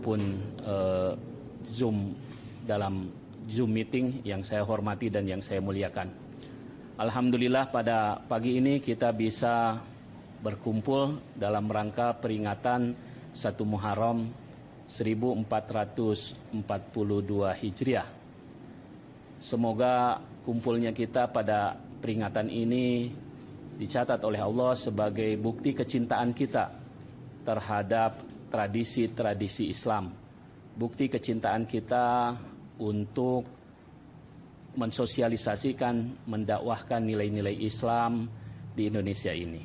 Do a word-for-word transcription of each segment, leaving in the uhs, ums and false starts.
pun uh, Zoom dalam Zoom meeting yang saya hormati dan yang saya muliakan. Alhamdulillah pada pagi ini kita bisa berkumpul dalam rangka peringatan satu Muharram seribu empat ratus empat puluh dua Hijriah. Semoga kumpulnya kita pada peringatan ini dicatat oleh Allah sebagai bukti kecintaan kita terhadap tradisi-tradisi Islam, bukti kecintaan kita untuk mensosialisasikan, mendakwahkan nilai-nilai Islam di Indonesia ini.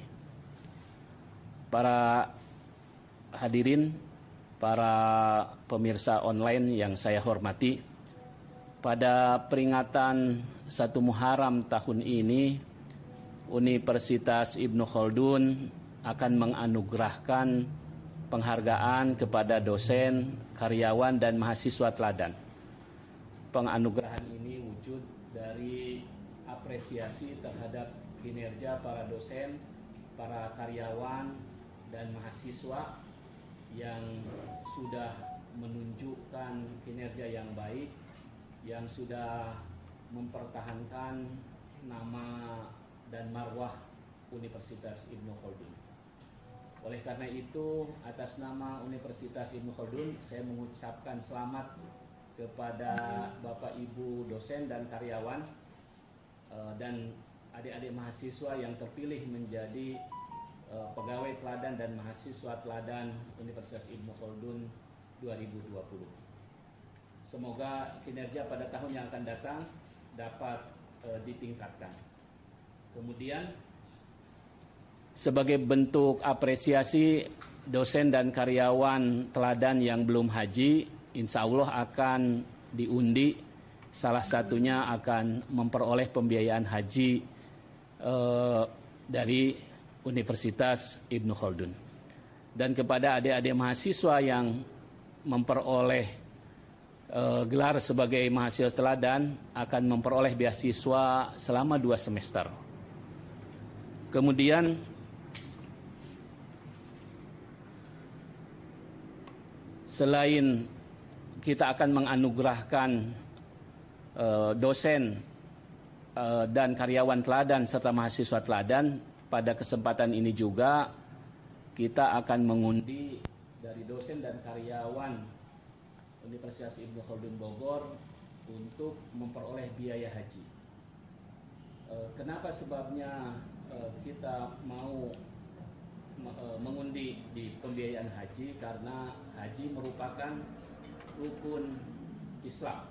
Para hadirin, para pemirsa online yang saya hormati, pada peringatan satu Muharram tahun ini, Universitas Ibnu Khaldun akan menganugerahkan penghargaan kepada dosen, karyawan, dan mahasiswa teladan. Penganugerahan ini wujud dari apresiasi terhadap kinerja para dosen, para karyawan, dan mahasiswa yang sudah menunjukkan kinerja yang baik, yang sudah mempertahankan nama dan marwah Universitas Ibnu Khaldun. Oleh karena itu, atas nama Universitas Ibnu Khaldun, saya mengucapkan selamat kepada Bapak Ibu dosen dan karyawan dan adik-adik mahasiswa yang terpilih menjadi pegawai teladan dan mahasiswa teladan Universitas Ibnu Khaldun dua ribu dua puluh. Semoga kinerja pada tahun yang akan datang dapat ditingkatkan. Kemudian, sebagai bentuk apresiasi dosen dan karyawan teladan yang belum haji, insya Allah akan diundi, salah satunya akan memperoleh pembiayaan haji eh, dari Universitas Ibnu Khaldun. Dan kepada adik-adik mahasiswa yang memperoleh eh, gelar sebagai mahasiswa teladan akan memperoleh beasiswa selama dua semester. Kemudian selain kita akan menganugerahkan uh, dosen uh, dan karyawan teladan serta mahasiswa teladan, pada kesempatan ini juga kita akan mengundi dari dosen dan karyawan Universitas Ibnu Khaldun Bogor untuk memperoleh biaya haji. Uh, kenapa sebabnya uh, kita mau mengundi di pembiayaan haji? Karena haji merupakan rukun Islam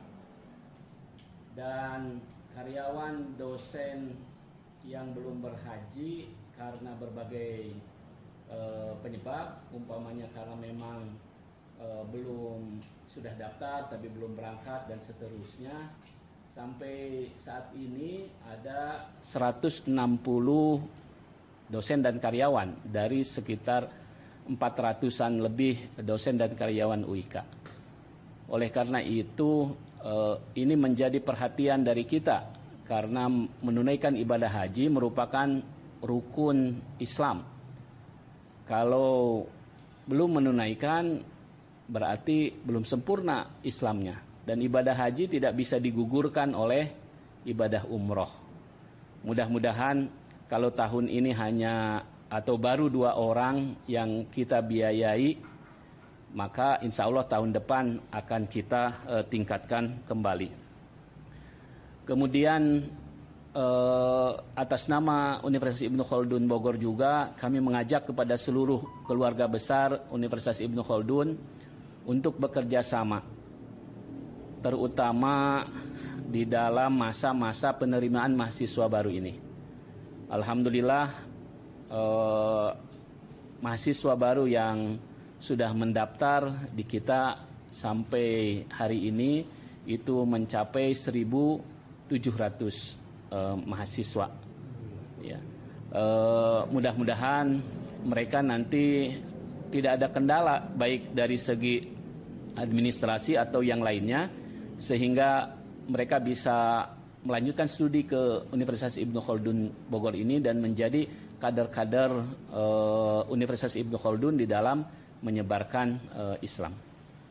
dan karyawan dosen yang belum berhaji karena berbagai e, penyebab, umpamanya karena memang e, belum sudah daftar tapi belum berangkat dan seterusnya, sampai saat ini ada seratus enam puluh dosen dan karyawan dari sekitar empat ratusan lebih dosen dan karyawan U I K. Oleh karena itu, eh, ini menjadi perhatian dari kita karena menunaikan ibadah haji merupakan rukun Islam. Kalau belum menunaikan berarti belum sempurna Islamnya, dan ibadah haji tidak bisa digugurkan oleh ibadah umroh. Mudah-mudahan kalau tahun ini hanya atau baru dua orang yang kita biayai, maka insya Allah tahun depan akan kita uh, tingkatkan kembali. Kemudian uh, atas nama Universitas Ibnu Khaldun Bogor juga kami mengajak kepada seluruh keluarga besar Universitas Ibnu Khaldun untuk bekerja sama, terutama di dalam masa-masa penerimaan mahasiswa baru ini. Alhamdulillah, eh, mahasiswa baru yang sudah mendaftar di kita sampai hari ini itu mencapai seribu tujuh ratus eh, mahasiswa. Ya. Eh, mudah-mudahan mereka nanti tidak ada kendala baik dari segi administrasi atau yang lainnya, sehingga mereka bisa melanjutkan studi ke Universitas Ibnu Khaldun Bogor ini dan menjadi kader-kader uh, Universitas Ibnu Khaldun di dalam menyebarkan uh, Islam.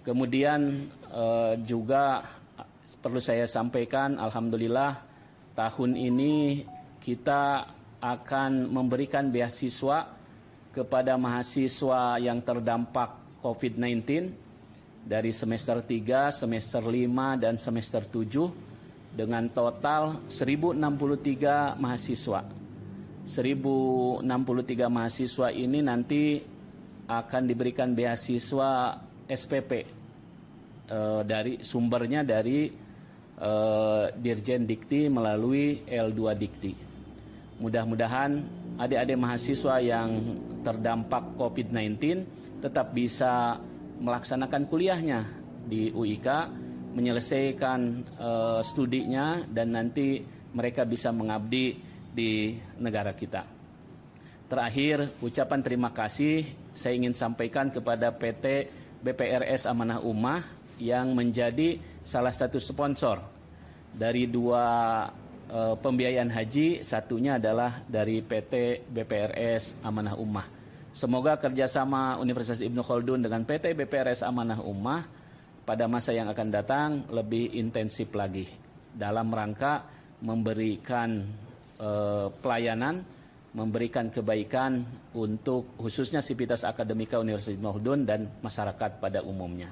Kemudian eh, juga perlu saya sampaikan, alhamdulillah tahun ini kita akan memberikan beasiswa kepada mahasiswa yang terdampak covid sembilan belas dari semester tiga, semester lima, dan semester tujuh dengan total seribu enam puluh tiga mahasiswa. seribu enam puluh tiga mahasiswa ini nanti akan diberikan beasiswa S P P eh, dari sumbernya dari eh, Dirjen Dikti melalui L dua Dikti. Mudah-mudahan adik-adik mahasiswa yang terdampak covid sembilan belas tetap bisa melaksanakan kuliahnya di U I K, menyelesaikan uh, studinya, dan nanti mereka bisa mengabdi di negara kita. Terakhir, ucapan terima kasih saya ingin sampaikan kepada P T B P R S Amanah Ummah yang menjadi salah satu sponsor dari dua uh, pembiayaan haji, satunya adalah dari P T B P R S Amanah Ummah. Semoga kerjasama Universitas Ibnu Khaldun dengan P T B P R S Amanah Ummah pada masa yang akan datang lebih intensif lagi dalam rangka memberikan eh, pelayanan, memberikan kebaikan untuk khususnya Sivitas Akademika Universitas Ibnu Khaldun dan masyarakat pada umumnya.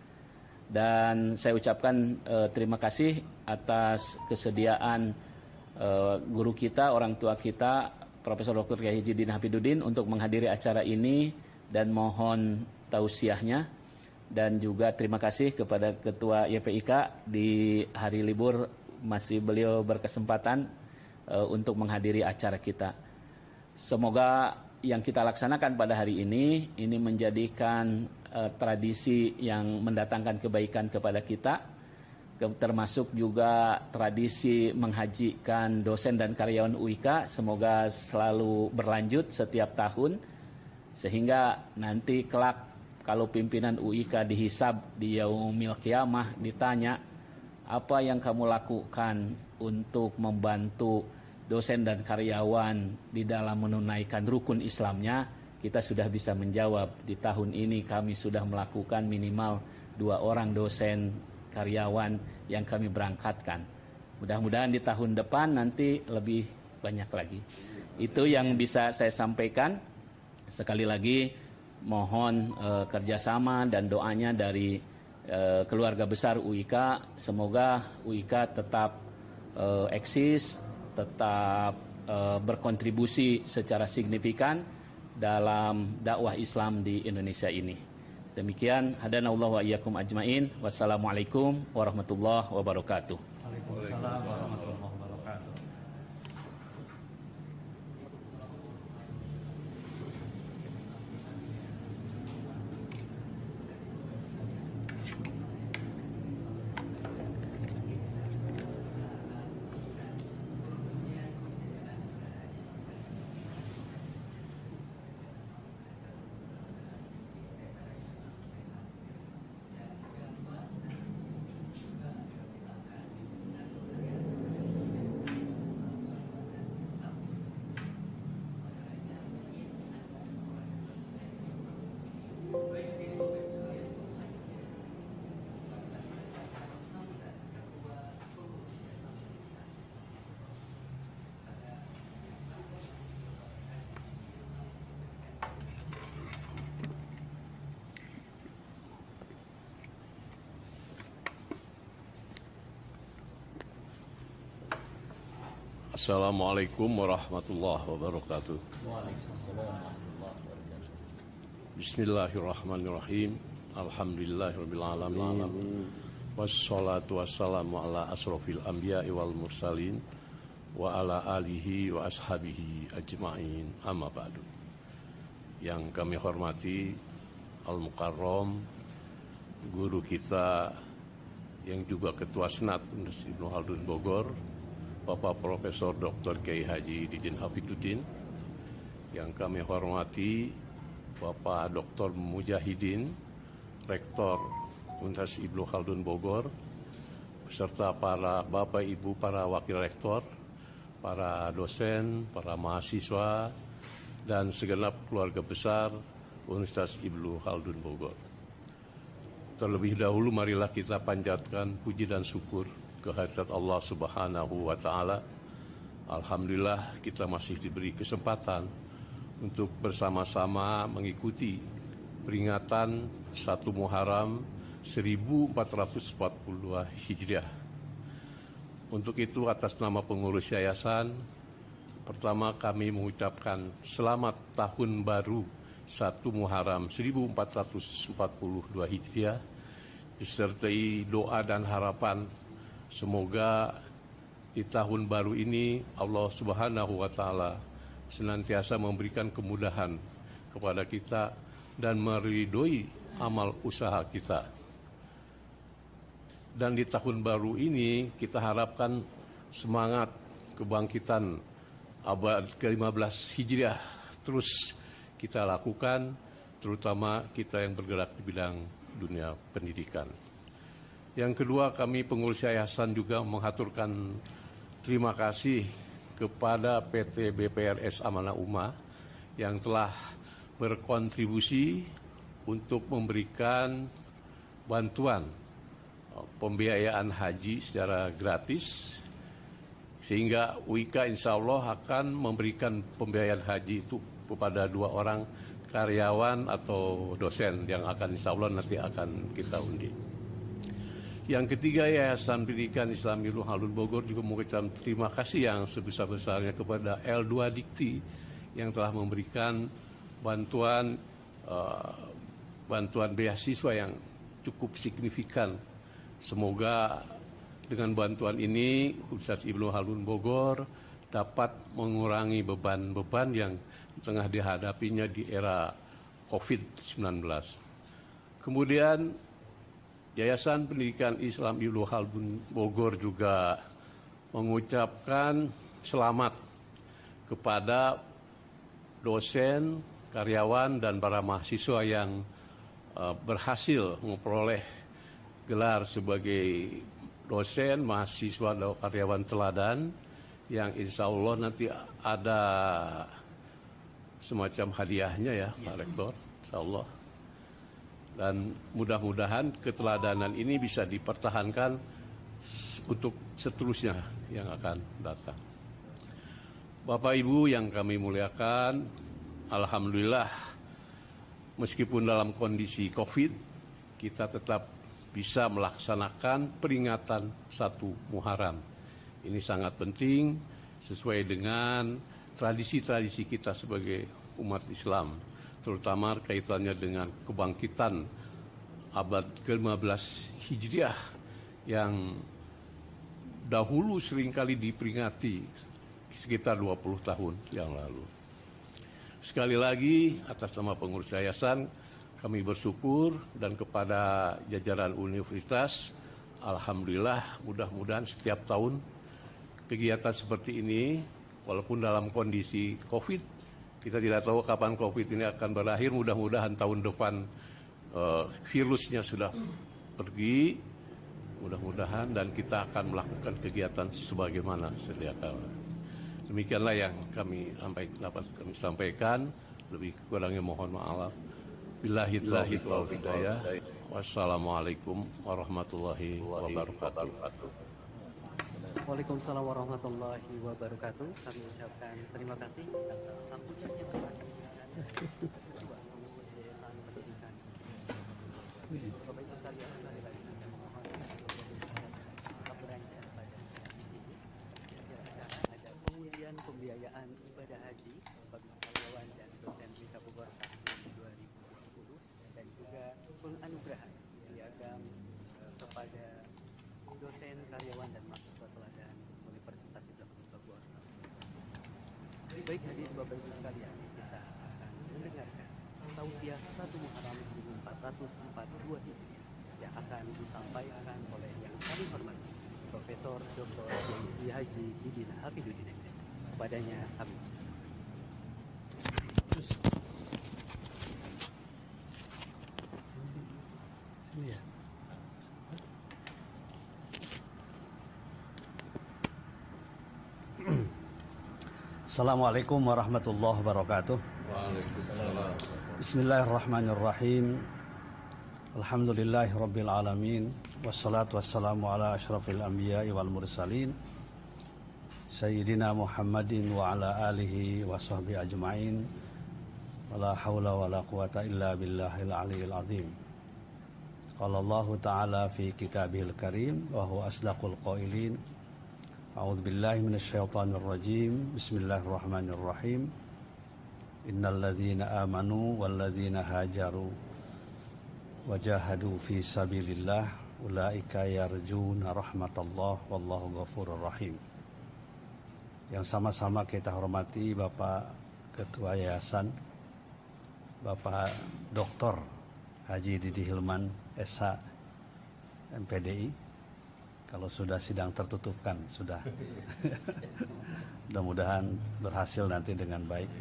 Dan saya ucapkan eh, terima kasih atas kesediaan eh, guru kita, orang tua kita, Profesor Doktor Kiai Haji Dina Hafidzuddin untuk menghadiri acara ini, dan mohon tausiahnya, dan juga terima kasih kepada Ketua Y P I K di hari libur masih beliau berkesempatan uh, untuk menghadiri acara kita. Semoga yang kita laksanakan pada hari ini ini menjadikan uh, tradisi yang mendatangkan kebaikan kepada kita, termasuk juga tradisi menghajikan dosen dan karyawan U I K, semoga selalu berlanjut setiap tahun, sehingga nanti kelak kalau pimpinan U I K dihisab di yaumil qiyamah ditanya apa yang kamu lakukan untuk membantu dosen dan karyawan di dalam menunaikan rukun Islamnya, kita sudah bisa menjawab di tahun ini kami sudah melakukan minimal dua orang dosen karyawan yang kami berangkatkan. Mudah-mudahan di tahun depan nanti lebih banyak lagi. Itu yang bisa saya sampaikan. Sekali lagi mohon eh, kerjasama dan doanya dari eh, keluarga besar U I K. Semoga U I K tetap eh, eksis, tetap eh, berkontribusi secara signifikan dalam dakwah Islam di Indonesia ini. Demikian, hadanallahu wa iyyakum ajmain. Wassalamualaikum warahmatullahi wabarakatuh. Waalaikumsalam warahmatullahi wabarakatuh. Assalamualaikum warahmatullahi wabarakatuh. Bismillahirrahmanirrahim. Alhamdulillahirabbil alamin. Wassalatu wassalamu ala asrofil anbiya'i wal mursalin wa ala alihi wa ashabihi ajma'in. Amma ba'du. Yang kami hormati Al-Mukarram, guru kita yang juga Ketua Senat Universitas Ibnu Khaldun Bogor, Bapak Profesor Doktor Kiai Haji Dina Hafidzuddin. Yang kami hormati Bapak Doktor Mujahidin, Rektor Universitas Ibnu Khaldun Bogor, beserta para Bapak Ibu para Wakil Rektor, para dosen, para mahasiswa, dan segenap keluarga besar Universitas Ibnu Khaldun Bogor. Terlebih dahulu marilah kita panjatkan puji dan syukur kehadirat Allah Subhanahu wa taala. Alhamdulillah kita masih diberi kesempatan untuk bersama-sama mengikuti peringatan satu Muharram seribu empat ratus empat puluh dua Hijriah. Untuk itu atas nama pengurus yayasan, pertama kami mengucapkan selamat tahun baru satu Muharram seribu empat ratus empat puluh dua Hijriah, disertai doa dan harapan semoga di tahun baru ini Allah Subhanahu wa taala senantiasa memberikan kemudahan kepada kita dan meridhoi amal usaha kita. Dan di tahun baru ini kita harapkan semangat kebangkitan abad ke lima belas Hijriah terus kita lakukan, terutama kita yang bergerak di bidang dunia pendidikan. Yang kedua, kami pengurus yayasan juga mengaturkan terima kasih kepada P T B P R S Amanah Ummah yang telah berkontribusi untuk memberikan bantuan pembiayaan haji secara gratis, sehingga U I K insya Allah akan memberikan pembiayaan haji itu kepada dua orang karyawan atau dosen yang akan insya Allah nanti akan kita undi. Yang ketiga, Yayasan Pendidikan Islam Ilmu Halun Bogor juga mengucapkan terima kasih yang sebesar-besarnya kepada L dua Dikti yang telah memberikan bantuan uh, bantuan beasiswa yang cukup signifikan. Semoga dengan bantuan ini Universitas Ibnu Khaldun Bogor dapat mengurangi beban-beban yang tengah dihadapinya di era covid sembilan belas. Kemudian Yayasan Pendidikan Islam Ibnu Khaldun Bogor juga mengucapkan selamat kepada dosen, karyawan, dan para mahasiswa yang uh, berhasil memperoleh gelar sebagai dosen, mahasiswa, dan karyawan teladan yang insya Allah nanti ada semacam hadiahnya ya Pak Rektor, insya Allah. Dan mudah-mudahan keteladanan ini bisa dipertahankan untuk seterusnya yang akan datang. Bapak Ibu yang kami muliakan, alhamdulillah meskipun dalam kondisi Covid, kita tetap bisa melaksanakan peringatan satu Muharram. Ini sangat penting sesuai dengan tradisi-tradisi kita sebagai umat Islam, terutama kaitannya dengan kebangkitan abad ke lima belas Hijriah yang dahulu seringkali diperingati sekitar dua puluh tahun yang lalu. Sekali lagi atas nama pengurus yayasan kami bersyukur, dan kepada jajaran universitas, alhamdulillah mudah-mudahan setiap tahun kegiatan seperti ini walaupun dalam kondisi Covid, kita tidak tahu kapan Covid ini akan berakhir. Mudah-mudahan tahun depan uh, virusnya sudah pergi, mudah-mudahan, dan kita akan melakukan kegiatan sebagaimana sedia kala. Demikianlah yang kami sampai, dapat kami sampaikan. Lebih kurangnya mohon maaf. Billahi taufiq wal hidayah. Wassalamualaikum warahmatullahi wabarakatuh. Waalaikumsalam warahmatullahi wabarakatuh. Kami ucapkan terima kasih atas sambutannya Bapak Ketua Pengurus Yayasan Pendidikan. Bapak Ibu sekalian, sekali lagi kami mohon tetap beranjak pada ini. Ada pengundian pembiayaan ibadah haji bagi karyawan dan dosen W I K Bogor tahun dua ribu dua puluh, dan juga penganugerahan piagam kepada dosen, karyawan, dan mahasiswa teladan Universitas Islam Bogor. Baik hadirin Bapak Ibu sekalian, kita akan mendengarkan tausiah satu Muharram seribu empat ratus empat puluh dua Hijriah yang akan disampaikan oleh yang kami hormati Profesor Doktor Kiai Haji Didin Hafiduddin. Kepadanya kami. Iya. Assalamualaikum warahmatullahi wabarakatuh. Waalaikumsalam. Bismillahirrahmanirrahim. Alhamdulillahi Rabbil Alamin. Wassalatu wassalamu ala ashrafil anbiya'i wal mursalin Sayyidina Muhammadin wa ala alihi wa sahbihi ajma'in. Wala hawla wa la quwata illa billahil aliyyil azim. Qala Allah Ta'ala fi kitabihil karim wa huwa asdaqul qailin. A'udzu billahi minasyaitonir rajim. Bismillahirrahmanirrahim. Innal ladzina amanu wal ladzina hajaru wajahadu fi sabilillah ulaika yarjuna rahmatallah wallahu ghafurur rahim. Yang sama-sama kita hormati Bapak Ketua Yayasan, Bapak Doktor Haji Didi Hilman S H M P D I. Kalau sudah sidang tertutupkan sudah. Mudah-mudahan berhasil nanti dengan baik.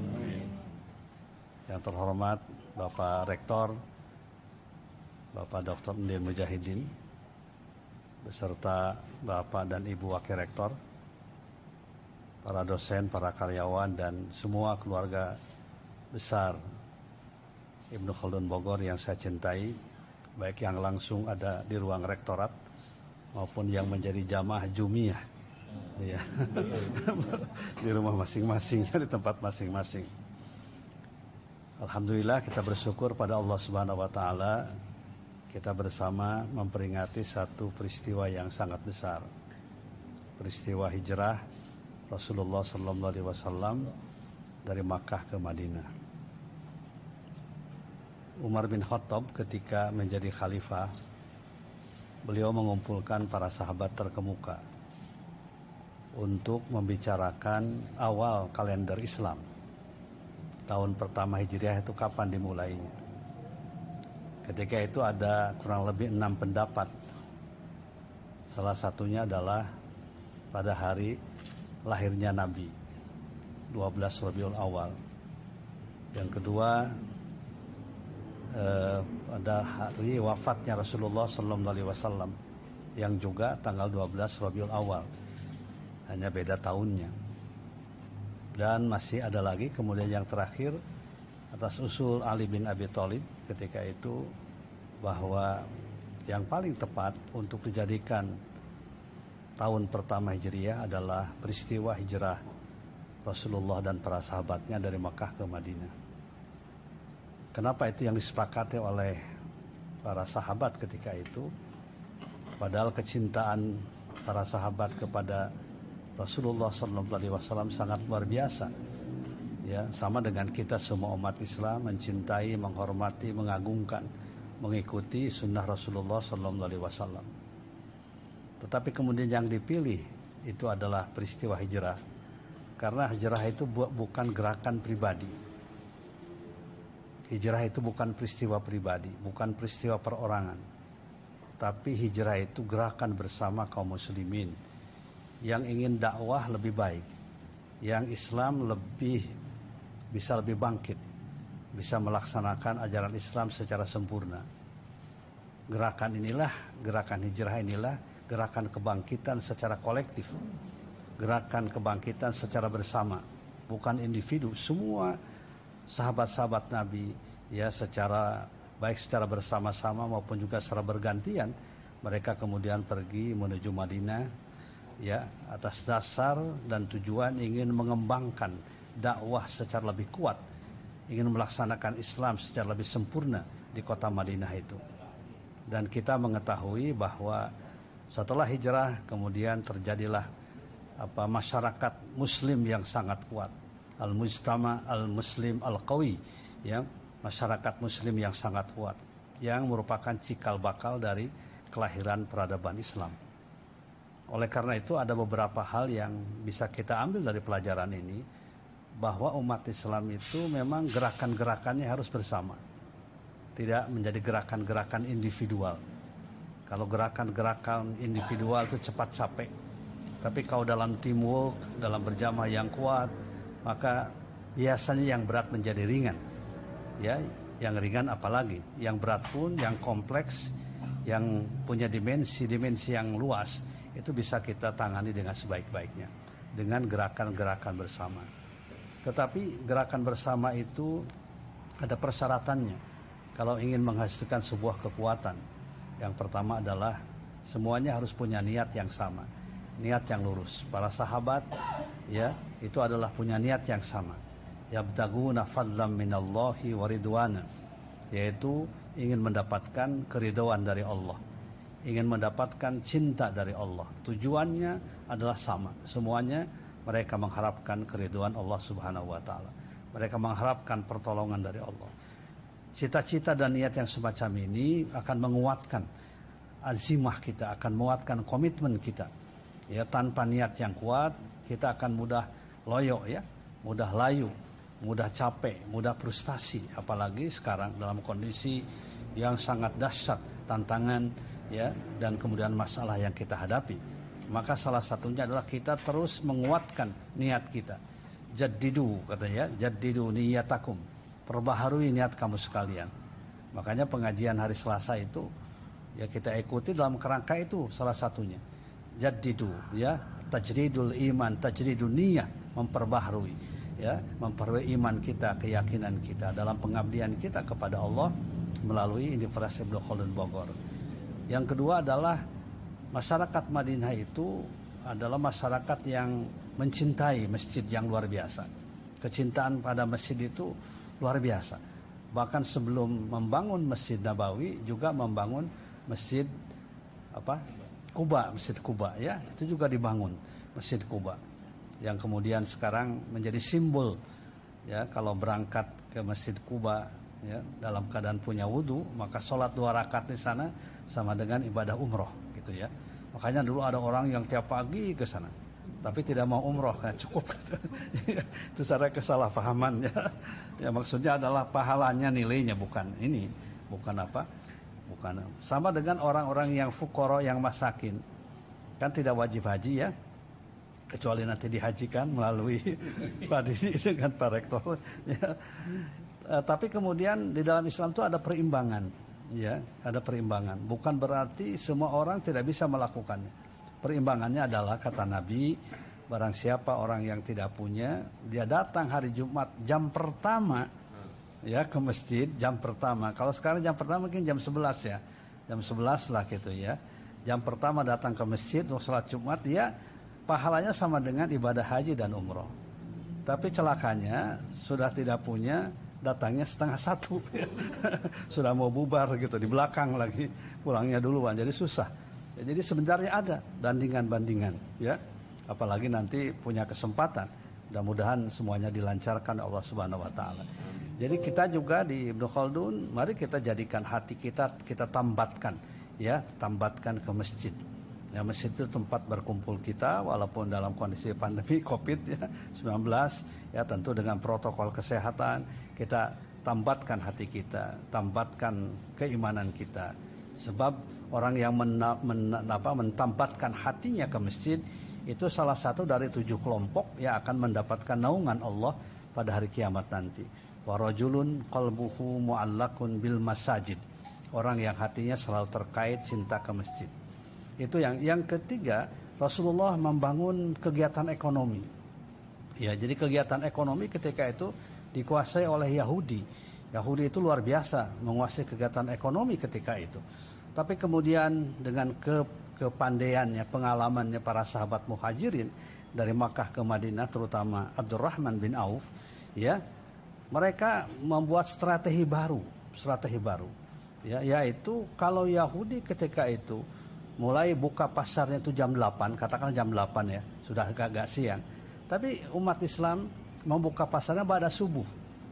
Yang terhormat Bapak Rektor Bapak Doktor Endin Mujahidin beserta Bapak dan Ibu Wakil Rektor, para dosen, para karyawan dan semua keluarga besar Ibnu Khaldun Bogor yang saya cintai, baik yang langsung ada di ruang rektorat maupun yang menjadi jamaah Jumiyah ya. Di rumah masing-masing, di tempat masing-masing. Alhamdulillah kita bersyukur pada Allah Subhanahu wa taala. Kita bersama memperingati satu peristiwa yang sangat besar. Peristiwa hijrah Rasulullah sallallahu alaihi wasallam dari Makkah ke Madinah. Umar bin Khattab ketika menjadi khalifah, beliau mengumpulkan para sahabat terkemuka untuk membicarakan awal kalender Islam. Tahun pertama Hijriah itu kapan dimulainya. Ketika itu ada kurang lebih enam pendapat. Salah satunya adalah pada hari lahirnya Nabi, dua belas Rabiul Awal. Yang kedua, eh, pada hari wafatnya Rasulullah sallallahu alaihi wasallam, yang juga tanggal dua belas Rabiul Awal. Hanya beda tahunnya. Dan masih ada lagi, kemudian yang terakhir atas usul Ali bin Abi Thalib ketika itu, bahwa yang paling tepat untuk dijadikan tahun pertama Hijriah adalah peristiwa hijrah Rasulullah dan para sahabatnya dari Makkah ke Madinah. Kenapa itu yang disepakati oleh para sahabat ketika itu? Padahal kecintaan para sahabat kepada Rasulullah sallallahu alaihi wasallam sangat luar biasa. Ya, sama dengan kita semua umat Islam mencintai, menghormati, mengagungkan, mengikuti sunnah Rasulullah sallallahu alaihi wasallam. Tetapi kemudian yang dipilih itu adalah peristiwa hijrah. Karena hijrah itu bu- bukan gerakan pribadi. Hijrah itu bukan peristiwa pribadi, bukan peristiwa perorangan. Tapi hijrah itu gerakan bersama kaum muslimin yang ingin dakwah lebih baik, yang Islam lebih bisa lebih bangkit, bisa melaksanakan ajaran Islam secara sempurna. Gerakan inilah, gerakan hijrah inilah, gerakan kebangkitan secara kolektif, gerakan kebangkitan secara bersama, bukan individu. Semua sahabat-sahabat Nabi, ya secara baik secara bersama-sama maupun juga secara bergantian, mereka kemudian pergi menuju Madinah, ya atas dasar dan tujuan ingin mengembangkan dakwah secara lebih kuat, ingin melaksanakan Islam secara lebih sempurna di kota Madinah itu. Dan kita mengetahui bahwa setelah hijrah kemudian terjadilah apa masyarakat muslim yang sangat kuat, al-mujtama al-muslim al-qawi, ya, masyarakat muslim yang sangat kuat, yang merupakan cikal bakal dari kelahiran peradaban Islam. Oleh karena itu ada beberapa hal yang bisa kita ambil dari pelajaran ini, bahwa umat Islam itu memang gerakan-gerakannya harus bersama, tidak menjadi gerakan-gerakan individual. Kalau gerakan-gerakan individual itu cepat capek, tapi kalau dalam teamwork, dalam berjamaah yang kuat, maka biasanya yang berat menjadi ringan. Ya, yang ringan apalagi, yang berat pun, yang kompleks, yang punya dimensi-dimensi yang luas, itu bisa kita tangani dengan sebaik-baiknya dengan gerakan-gerakan bersama. Tetapi gerakan bersama itu ada persyaratannya. kalau ingin menghasilkan sebuah kekuatan, yang pertama adalah semuanya harus punya niat yang sama, niat yang lurus. Para sahabat ya itu adalah punya niat yang sama. Yabtaguna fadlam minallahi wa ridwana, yaitu ingin mendapatkan keridhaan dari Allah, ingin mendapatkan cinta dari Allah. Tujuannya adalah sama. Semuanya mereka mengharapkan keridhaan Allah Subhanahu wa taala. Mereka mengharapkan pertolongan dari Allah. Cita-cita dan niat yang semacam ini akan menguatkan azimah kita, akan menguatkan komitmen kita. Ya, tanpa niat yang kuat, kita akan mudah loyo ya, mudah layu, mudah capek, mudah frustasi. Apalagi sekarang dalam kondisi yang sangat dahsyat, tantangan ya, dan kemudian masalah yang kita hadapi. Maka salah satunya adalah kita terus menguatkan niat kita. Jaddidu katanya, jaddidu niyatakum. Perbaharui niat kamu sekalian. Makanya pengajian hari Selasa itu ya kita ikuti dalam kerangka itu salah satunya. Jaddidu ya, tajridul iman, tajridun niyah, memperbaharui ya, memperbaharui iman kita, keyakinan kita dalam pengabdian kita kepada Allah melalui Universitas Ibnu Khaldun Bogor. Yang kedua adalah masyarakat Madinah itu adalah masyarakat yang mencintai masjid yang luar biasa. Kecintaan pada masjid itu luar biasa. Bahkan sebelum membangun Masjid Nabawi juga membangun Masjid apa? Kuba, Masjid Kuba ya, itu juga dibangun Masjid Kuba. Yang kemudian sekarang menjadi simbol ya, kalau berangkat ke Masjid Kuba ya, dalam keadaan punya wudhu, maka sholat dua rakaat di sana sama dengan ibadah umroh gitu ya. Makanya dulu ada orang yang tiap pagi ke sana, tapi tidak mau umroh karena cukup. Itu secara kesalahpahaman ya. Ya maksudnya adalah pahalanya, nilainya, bukan ini, bukan apa, bukan sama dengan orang-orang yang fukoro, yang masakin, kan tidak wajib haji ya, kecuali nanti dihajikan melalui Pak Didi dengan Pak Rektor. Ya. Uh, tapi kemudian di dalam Islam itu ada perimbangan, ya, ada perimbangan. Bukan berarti semua orang tidak bisa melakukannya. Perimbangannya adalah kata Nabi, barang siapa orang yang tidak punya, dia datang hari Jumat jam pertama, ya, ke masjid jam pertama. Kalau sekarang jam pertama mungkin jam sebelas ya, jam sebelas lah gitu ya. Jam pertama datang ke masjid untuk sholat Jumat, dia pahalanya sama dengan ibadah haji dan umroh. Tapi celakanya sudah tidak punya, datangnya setengah satu, sudah mau bubar gitu, di belakang lagi, pulangnya duluan, jadi susah. Ya, jadi sebenarnya ada bandingan-bandingan, ya. Apalagi nanti punya kesempatan. Mudah-mudahan semuanya dilancarkan Allah Subhanahu wa taala. Jadi kita juga di Ibnu Khaldun, mari kita jadikan hati kita, kita tambatkan, ya, tambatkan ke masjid. Ya, masjid itu tempat berkumpul kita walaupun dalam kondisi pandemi Covid ya, sembilan belas ya, tentu dengan protokol kesehatan kita tambatkan hati kita, tambatkan keimanan kita. Sebab orang yang mena, men, apa, mentambatkan hatinya ke masjid itu salah satu dari tujuh kelompok yang akan mendapatkan naungan Allah pada hari kiamat nanti. Wa rajulun qalbuhu mu'allaqun bil masajid. Orang yang hatinya selalu terkait cinta ke masjid. Itu yang yang ketiga, Rasulullah membangun kegiatan ekonomi. Ya, jadi kegiatan ekonomi ketika itu dikuasai oleh Yahudi. Yahudi itu luar biasa menguasai kegiatan ekonomi ketika itu. Tapi kemudian dengan ke kepandaiannya, pengalamannya para sahabat muhajirin dari Makkah ke Madinah, terutama Abdurrahman bin Auf, ya, mereka membuat strategi baru, strategi baru, ya, yaitu kalau Yahudi ketika itu mulai buka pasarnya itu jam delapan, katakan jam delapan ya, sudah agak-agak siang, tapi umat Islam membuka pasarnya pada subuh,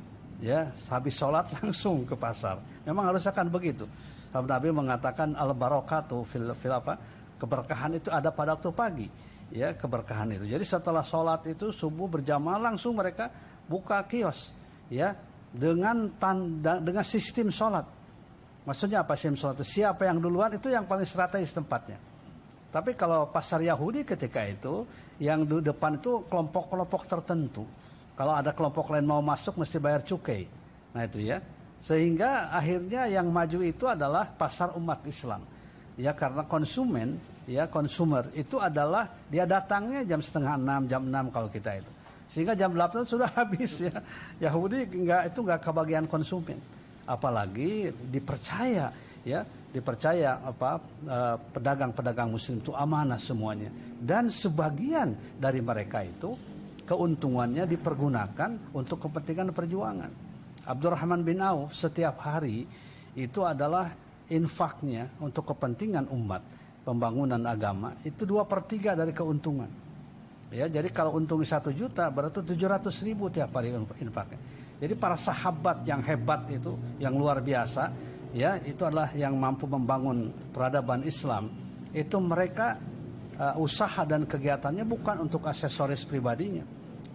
ya, habis sholat langsung ke pasar. Memang harus akan begitu. Nabi mengatakan al-barakatu fil, fil apa? Keberkahan itu ada pada waktu pagi, ya, keberkahan itu. Jadi setelah sholat itu subuh berjamaah langsung mereka buka kios, ya, dengan tanda, dengan sistem sholat. Maksudnya apa sistem sholat itu? Siapa yang duluan itu yang paling strategis tempatnya. Tapi kalau pasar Yahudi ketika itu yang di depan itu kelompok-kelompok tertentu. Kalau ada kelompok lain mau masuk mesti bayar cukai. Nah itu ya. Sehingga akhirnya yang maju itu adalah pasar umat Islam. Ya, karena konsumen, ya, konsumer itu adalah dia datangnya jam setengah enam, jam enam kalau kita itu. Sehingga jam delapan sudah habis ya. Yahudi enggak, itu enggak kebagian konsumen. apalagi dipercaya ya, dipercaya apa pedagang-pedagang muslim itu amanah semuanya, dan sebagian dari mereka itu keuntungannya dipergunakan untuk kepentingan perjuangan. Abdurrahman bin Auf setiap hari itu adalah infaknya untuk kepentingan umat, pembangunan agama, itu dua per tiga dari keuntungan. Ya, jadi kalau untung satu juta berarti tujuh ratus ribu tiap hari infaknya. Jadi para sahabat yang hebat itu, yang luar biasa, ya itu adalah yang mampu membangun peradaban Islam. Itu mereka uh, usaha dan kegiatannya bukan untuk aksesoris pribadinya,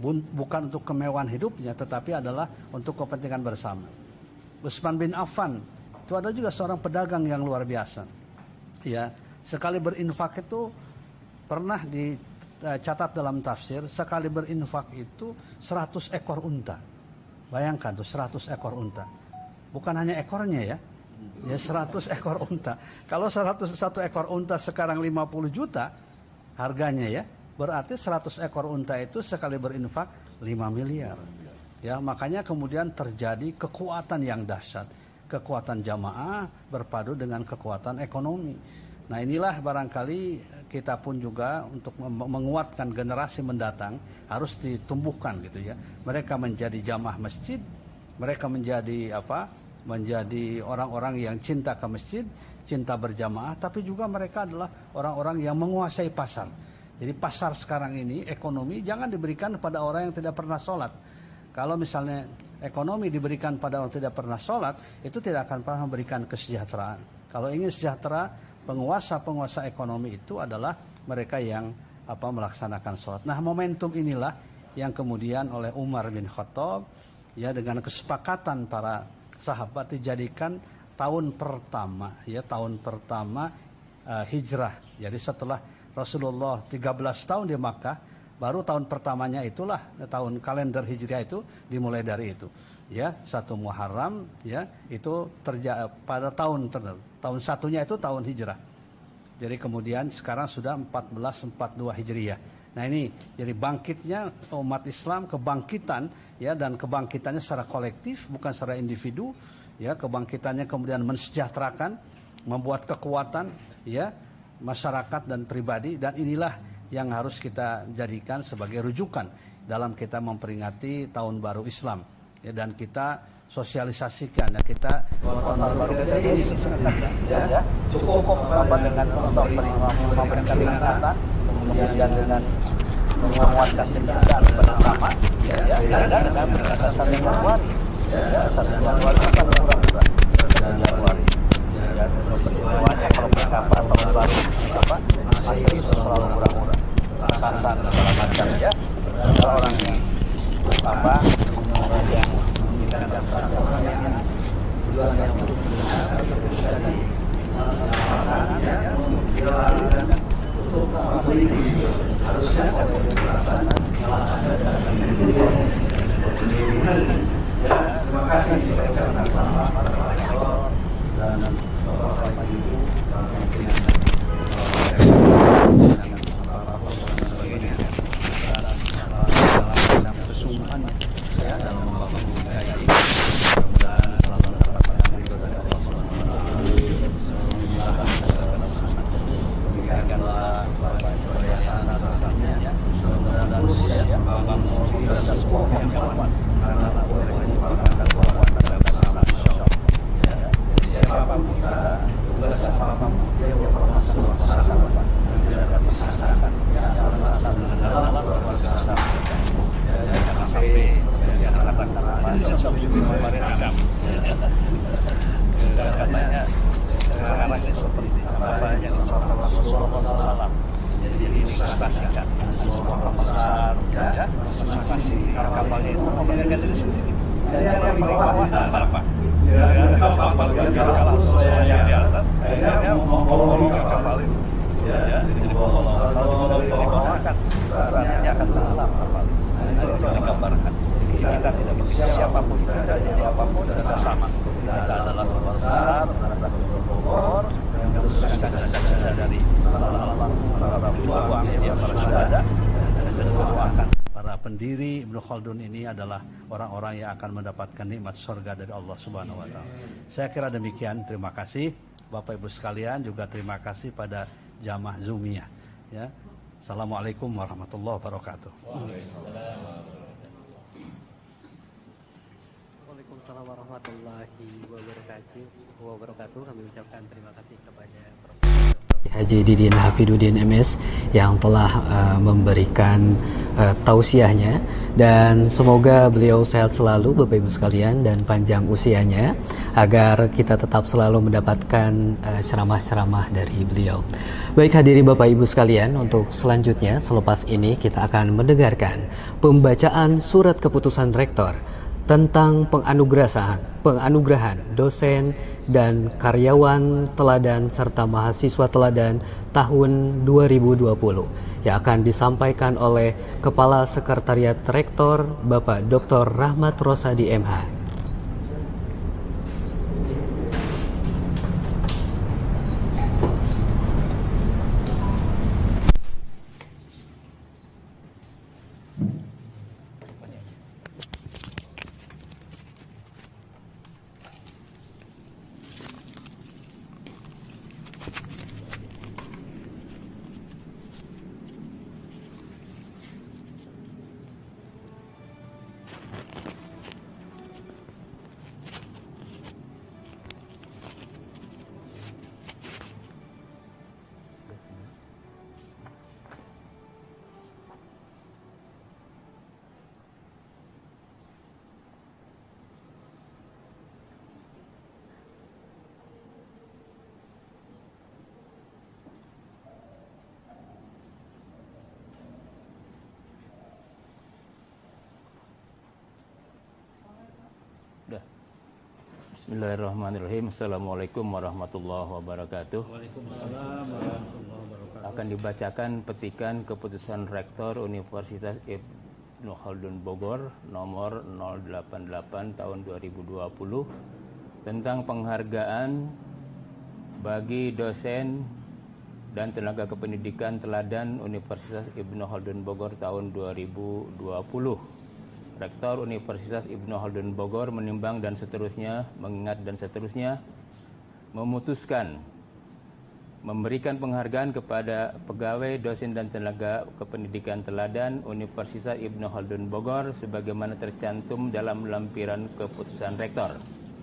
bukan untuk kemewahan hidupnya, tetapi adalah untuk kepentingan bersama. Utsman bin Affan itu ada juga seorang pedagang yang luar biasa. Ya, sekali berinfak itu pernah dicatat dalam tafsir, sekali berinfak itu seratus ekor unta. Bayangkan tuh seratus ekor unta. Bukan hanya ekornya ya. Ya seratus ekor unta. Kalau seratus satu ekor unta sekarang lima puluh juta harganya ya, berarti seratus ekor unta itu sekali berinfak lima miliar. Ya, makanya kemudian terjadi kekuatan yang dahsyat, kekuatan jamaah berpadu dengan kekuatan ekonomi. Nah, inilah barangkali kita pun juga untuk menguatkan generasi mendatang harus ditumbuhkan gitu ya. Mereka menjadi jamaah masjid, mereka menjadi apa? Menjadi orang-orang yang cinta ke masjid, cinta berjamaah, tapi juga mereka adalah orang-orang yang menguasai pasar. Jadi pasar sekarang ini, ekonomi jangan diberikan kepada orang yang tidak pernah sholat. Kalau misalnya ekonomi diberikan pada orang yang tidak pernah sholat, itu tidak akan pernah memberikan kesejahteraan. Kalau ingin sejahtera, penguasa-penguasa ekonomi itu adalah mereka yang apa melaksanakan sholat. Nah, momentum inilah yang kemudian oleh Umar bin Khattab ya dengan kesepakatan para sahabat dijadikan tahun pertama ya tahun pertama uh, hijrah. Jadi setelah Rasulullah tiga belas tahun di Makkah, baru tahun pertamanya itulah tahun kalender hijriah itu dimulai dari itu. Ya, satu Muharram ya itu terjadi pada tahun ter, tahun satunya itu tahun hijrah. Jadi kemudian sekarang sudah seribu empat ratus empat puluh dua Hijriah. Nah, ini jadi bangkitnya umat Islam, kebangkitan ya, dan kebangkitannya secara kolektif bukan secara individu ya, kebangkitannya kemudian mensejahterakan, membuat kekuatan ya masyarakat dan pribadi, dan inilah yang harus kita jadikan sebagai rujukan dalam kita memperingati tahun baru Islam. Ya, dan kita sosialisasikan ya, kita tahun baru ini ya, ya cukup apa dengan memberikan peringatan, kemudian dengan menguatkan kecintaan bersama ya, ya, dan dengan satu Januari ya, satu Januari kan murah-murah Januari ya, peristiwanya kalau mereka tahun baru apa masih itu selalu murah-murah, rasasan segala macam ya, orang yang apa yang kita dapat orang yang jualan yang harusnya terima kasih karena sama dan Bapak Ibu kesungguhan ya dalam membangun budaya ini, mudah-mudahan selalu mendapatkan ridho dari Allah Subhanahu wa taala. Demikianlah Bapak Ibu sana rasanya ya, mudah-mudahan terus ya membangun rasa sebuah yang kuat karena boleh menyebabkan kekuatan pada bersama insyaallah. Ya, jadi siapapun kita, tugas siapapun dia bermasalah bersama dan tidak dapat disaksikan ya bersama dengan dalam keluarga bersama. Jangan sampai jangan katakan apa sampai kemarin Adam katanya sekarang ini seperti apa yang disampaikan Rasulullah shallallahu alaihi wasallam. Jadi diilustrasikan sebuah kapal besar ya, masing-masing kapalnya itu memiliki dari sendiri. Jadi yang paling bawah apa? Kapal yang di atas, sesuai yang di atas, akhirnya membawa kapal itu. Ya, jadi kalau di bawah kan berarti akan tenggelam kapal. Itu digambarkan. Kita tidak bisa siapapun itu, jadi apapun kita sama. Kita adalah besar, adalah Bogor, yang harus cita-cita dari para ulama, para ulama, para syuhada, dan doakan para para pendiri Ibnu Khaldun ini adalah orang-orang yang akan mendapatkan nikmat surga dari Allah Subhanahu wa taala. Saya kira demikian. Terima kasih Bapak Ibu sekalian, juga terima kasih pada jamaah Zoomiyah ya. Assalamualaikum warahmatullahi wabarakatuh. Waalaikumsalam warahmatullahi wabarakatuh. wabarakatuh. Kami ucapkan terima kasih kepada Haji Didin Hafidudin M S yang telah uh, memberikan uh, tausiahnya, dan semoga beliau sehat selalu Bapak Ibu sekalian dan panjang usianya agar kita tetap selalu mendapatkan uh, ceramah-ceramah dari beliau. Baik hadirin Bapak Ibu sekalian, untuk selanjutnya selepas ini kita akan mendengarkan pembacaan surat keputusan rektor tentang penganugerahan penganugerahan dosen dan karyawan teladan serta mahasiswa teladan tahun dua ribu dua puluh yang akan disampaikan oleh Kepala Sekretariat Rektor Bapak Doktor Rahmat Rosadi M H. Bismillahirrahmanirrahim. Assalamualaikum warahmatullahi wabarakatuh. Waalaikumsalam warahmatullahi wabarakatuh. Akan dibacakan petikan keputusan Rektor Universitas Ibnu Khaldun Bogor nomor nol delapan delapan tahun dua ribu dua puluh tentang penghargaan bagi dosen dan tenaga kependidikan teladan Universitas Ibnu Khaldun Bogor tahun dua ribu dua puluh. Rektor Universitas Ibnu Khaldun Bogor menimbang dan seterusnya, mengingat dan seterusnya, memutuskan memberikan penghargaan kepada pegawai, dosen dan tenaga kependidikan teladan Universitas Ibnu Khaldun Bogor sebagaimana tercantum dalam lampiran keputusan Rektor.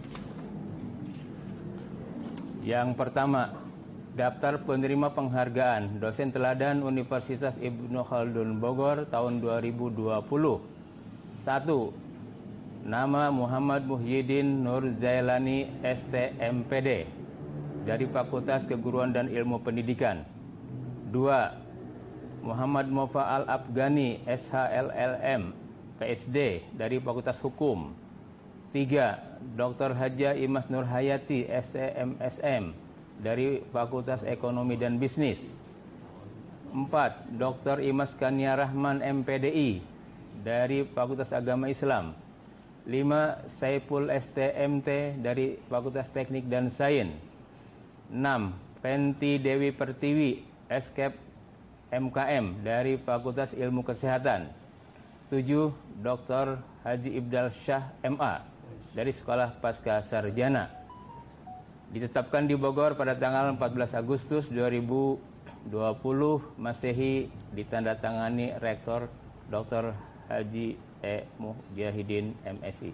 Yang pertama, daftar penerima penghargaan dosen teladan Universitas Ibnu Khaldun Bogor tahun dua ribu dua puluh. Satu. Nama Muhammad Muhyiddin Nur Zailani S T M P D dari Fakultas Keguruan dan Ilmu Pendidikan. Dua. Muhammad Mofa Al-Afghani S H L L M P S D dari Fakultas Hukum. Tiga. Doktor Haja Imas Nur Hayati S E M S M dari Fakultas Ekonomi dan Bisnis. Empat. Doktor Imas Kania Rahman M P D I dari Fakultas Agama Islam. Lima. Saiful S T M T dari Fakultas Teknik dan Sains. Enam. Penti Dewi Pertiwi S K E P M K M dari Fakultas Ilmu Kesehatan. Tujuh. Doktor Haji Ibdal Syah M A dari Sekolah Pasca Sarjana. Ditetapkan di Bogor pada tanggal empat belas Agustus dua ribu dua puluh Masehi, ditandatangani Rektor Doktor Haji E. Mujahidin M Si.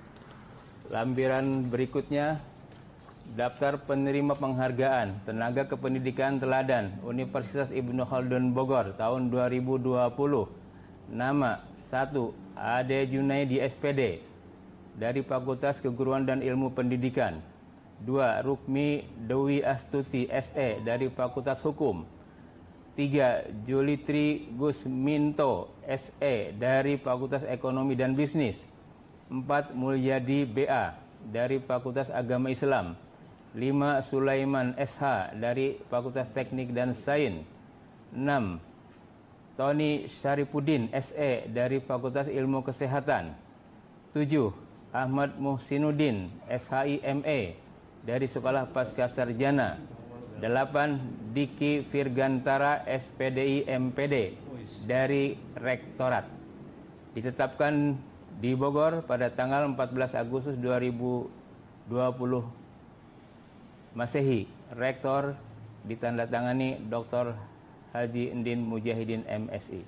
Lampiran berikutnya, daftar penerima penghargaan tenaga kependidikan teladan Universitas Ibnu Khaldun Bogor tahun dua ribu dua puluh. Nama: satu. Ade Junaidi S P D dari Fakultas Keguruan dan Ilmu Pendidikan. Dua. Rukmi Dewi Astuti S E dari Fakultas Hukum. Tiga. Julitri Gusminto S E dari Fakultas Ekonomi dan Bisnis. Empat. Mulyadi B A dari Fakultas Agama Islam. Lima. Sulaiman S H dari Fakultas Teknik dan Sains. Enam. Tony Syarifuddin S E dari Fakultas Ilmu Kesehatan. Tujuh. Ahmad Muhsinuddin S H I M E dari Sekolah Pasca Sarjana. Delapan. Diki Virgantara S P D I M P D dari Rektorat. ditetapkan di Bogor pada tanggal empat belas Agustus dua ribu dua puluh Masehi. Rektor ditandatangani Doktor Haji Endin Mujahidin M Si.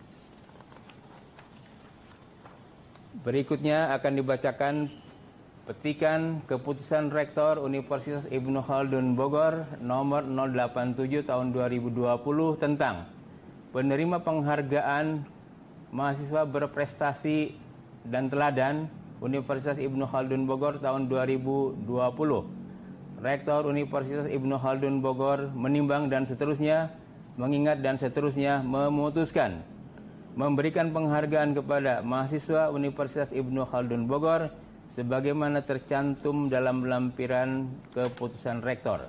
Berikutnya akan dibacakan petikan keputusan Rektor Universitas Ibnu Khaldun Bogor nomor nol delapan tujuh tahun dua ribu dua puluh tentang penerima penghargaan mahasiswa berprestasi dan teladan Universitas Ibnu Khaldun Bogor tahun dua ribu dua puluh. Rektor Universitas Ibnu Khaldun Bogor menimbang dan seterusnya, mengingat dan seterusnya, memutuskan memberikan penghargaan kepada mahasiswa Universitas Ibnu Khaldun Bogor sebagaimana tercantum dalam lampiran keputusan Rektor.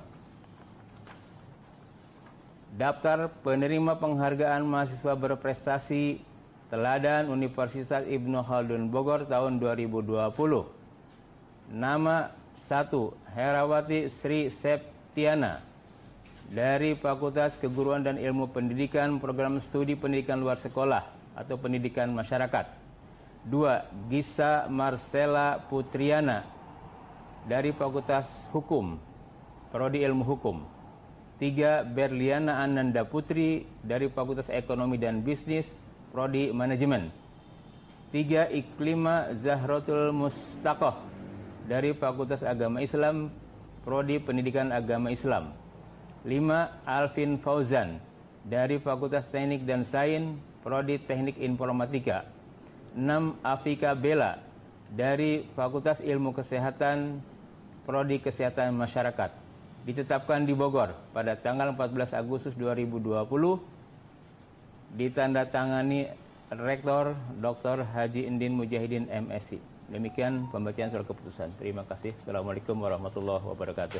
Daftar penerima penghargaan mahasiswa berprestasi teladan Universitas Ibnu Khaldun Bogor tahun dua ribu dua puluh. Nama satu. Herawati Sri Septiana dari Fakultas Keguruan dan Ilmu Pendidikan Program Studi Pendidikan Luar Sekolah atau Pendidikan Masyarakat. Dua. Gisa Marcella Putriana dari Fakultas Hukum Prodi Ilmu Hukum. Tiga. Berliana Ananda Putri dari Fakultas Ekonomi dan Bisnis Prodi Manajemen. Tiga. Iklima Zahrotul Mustaqoh dari Fakultas Agama Islam Prodi Pendidikan Agama Islam. Lima. Alvin Fauzan dari Fakultas Teknik dan Sains Prodi Teknik Informatika. Enam. Afika Bella dari Fakultas Ilmu Kesehatan Prodi Kesehatan Masyarakat. Ditetapkan di Bogor pada tanggal empat belas Agustus dua ribu dua puluh. Ditandatangani Rektor Doktor Haji Endin Mujahidin M Si. Demikian pembacaan surat keputusan. Terima kasih. Assalamualaikum warahmatullahi wabarakatuh.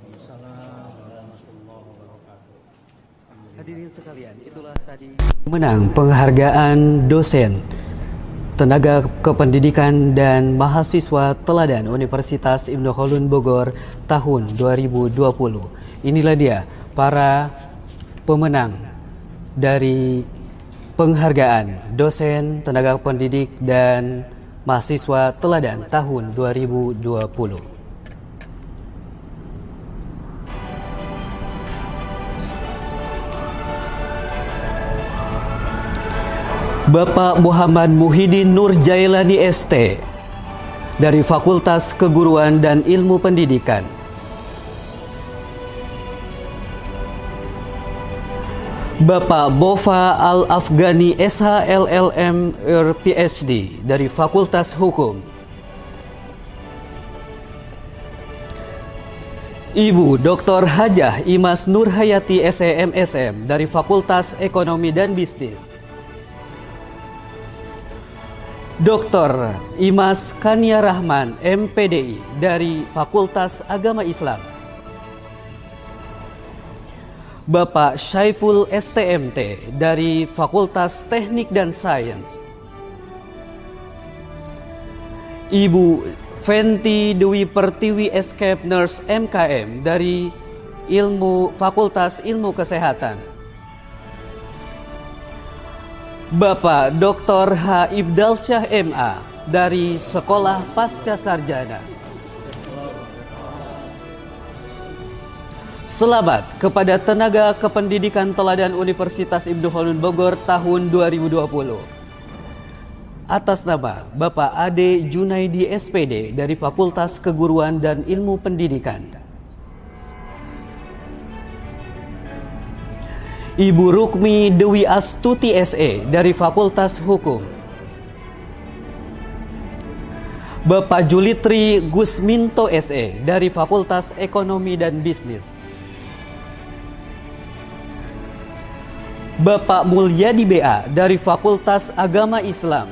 Hadirin sekalian, itulah tadi menang penghargaan dosen tenaga kependidikan dan mahasiswa teladan Universitas Ibnu Khaldun Bogor tahun dua ribu dua puluh. Inilah dia para pemenang dari penghargaan dosen tenaga pendidik dan mahasiswa teladan tahun dua ribu dua puluh. Bapak Muhammad Muhyiddin Nur Jailani S T dari Fakultas Keguruan dan Ilmu Pendidikan. Bapak Bova Al-Afghani S H L L M R P H D dari Fakultas Hukum. Ibu Doktor Hajah Imas Nurhayati S E M S M dari Fakultas Ekonomi dan Bisnis. Doktor Imas Kania Rahman M P D I dari Fakultas Agama Islam. Bapak Syaiful S T M T dari Fakultas Teknik dan Sains. Ibu Fenty Dwi Pertiwi Escape Nurse M K M dari Ilmu Fakultas Ilmu Kesehatan. Bapak Doktor H. Ibdalsyah M A dari Sekolah Pasca Sarjana. Selamat kepada tenaga kependidikan teladan Universitas Ibnu Khaldun Bogor tahun dua ribu dua puluh. Atas nama Bapak Ade Junaidi S P D dari Fakultas Keguruan dan Ilmu Pendidikan. Ibu Rukmi Dewi Astuti S E dari Fakultas Hukum. Bapak Julitri Gusminto S E dari Fakultas Ekonomi dan Bisnis. Bapak Mulyadi B A dari Fakultas Agama Islam.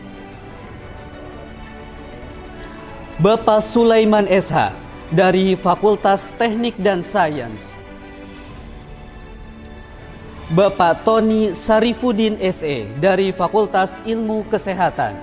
Bapak Sulaiman S H dari Fakultas Teknik dan Sains. Bapak Tony Sarifudin S E dari Fakultas Ilmu Kesehatan.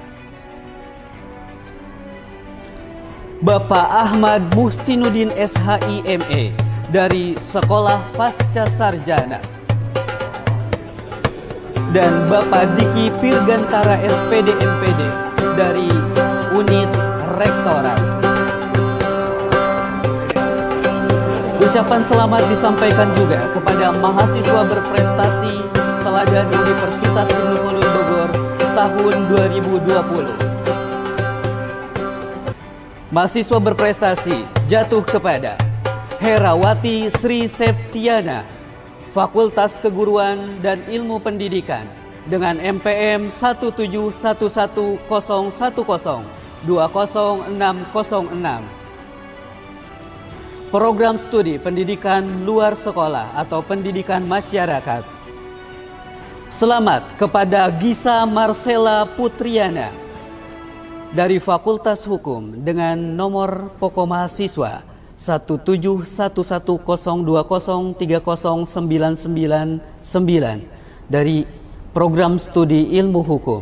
Bapak Ahmad Muhsinuddin S H I M E dari Sekolah Pasca Sarjana. dan Bapak Diki Pirgantara S P D M P D dari Unit Rektorat. Ucapan selamat disampaikan juga kepada mahasiswa berprestasi teladan Universitas Ibnu Khalil Bogor tahun dua ribu dua puluh. Mahasiswa berprestasi jatuh kepada Herawati Sri Septiana, Fakultas Keguruan dan Ilmu Pendidikan dengan M P M satu tujuh satu satu nol satu nol dua nol enam nol enam. Program Studi Pendidikan Luar Sekolah atau Pendidikan Masyarakat. Selamat kepada Gisa Marcella Putriana dari Fakultas Hukum dengan nomor pokok mahasiswa satu tujuh satu satu nol dua nol tiga nol sembilan sembilan sembilan dari Program Studi Ilmu Hukum.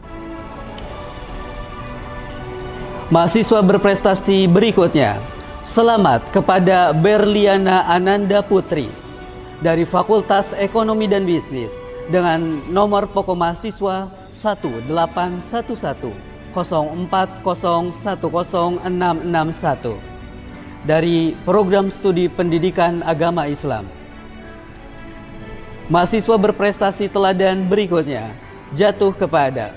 Mahasiswa berprestasi berikutnya, selamat kepada Berliana Ananda Putri dari Fakultas Ekonomi dan Bisnis dengan nomor pokok mahasiswa satu delapan satu satu nol empat nol satu nol enam enam satu dari Program Studi Pendidikan Agama Islam. Mahasiswa berprestasi teladan berikutnya jatuh kepada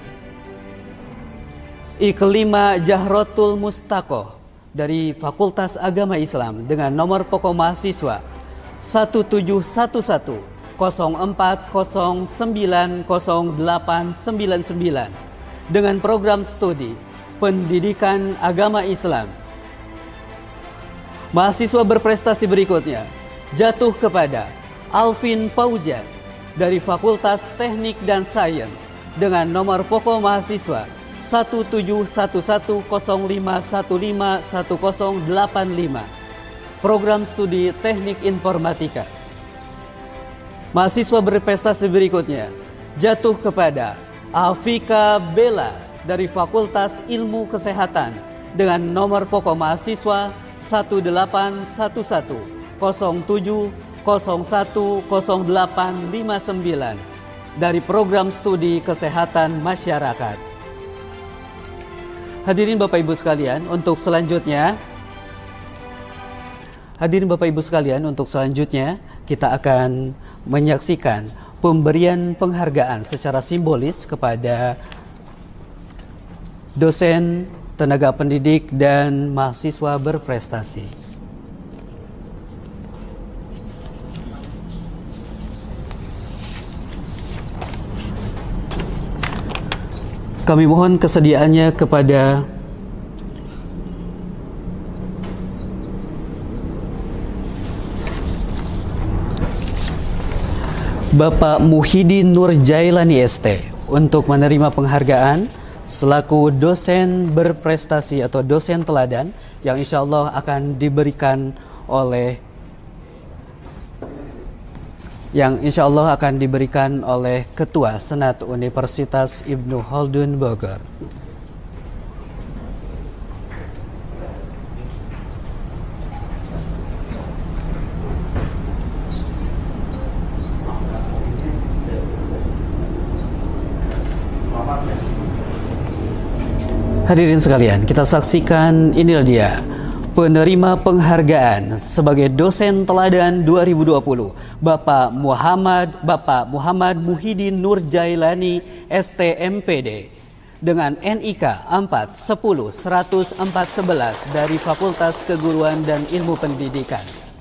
Iklima Jahrotul Mustaqoh dari Fakultas Agama Islam dengan nomor pokok mahasiswa satu tujuh satu satu nol empat nol sembilan nol delapan sembilan sembilan dengan program studi Pendidikan Agama Islam. Mahasiswa berprestasi berikutnya jatuh kepada Alvin Paujan dari Fakultas Teknik dan Sains dengan nomor pokok mahasiswa satu tujuh satu satu nol lima satu lima satu nol delapan lima, program studi Teknik Informatika. Mahasiswa berprestasi berikutnya jatuh kepada Afika Bella dari Fakultas Ilmu Kesehatan dengan nomor pokok mahasiswa satu delapan satu satu nol tujuh nol satu nol delapan lima sembilan dari Program Studi Kesehatan Masyarakat. Hadirin Bapak Ibu sekalian, untuk selanjutnya Hadirin Bapak Ibu sekalian, untuk selanjutnya kita akan menyaksikan pemberian penghargaan secara simbolis kepada dosen, tenaga pendidik, dan mahasiswa berprestasi. Kami mohon kesediaannya kepada Bapak Muhyiddin Nur Jailani S T untuk menerima penghargaan selaku dosen berprestasi atau dosen teladan yang insya Allah akan diberikan oleh yang insya Allah akan diberikan oleh Ketua Senat Universitas Ibnu Khaldun Bogor. Hadirin sekalian, kita saksikan inilah dia penerima penghargaan sebagai dosen teladan dua ribu dua puluh, Bapak Muhammad Bapak Muhammad Muhyiddin Nur Jailani S T M P D dengan N I K empat sepuluh seratus empat sebelas dari Fakultas Keguruan dan Ilmu Pendidikan.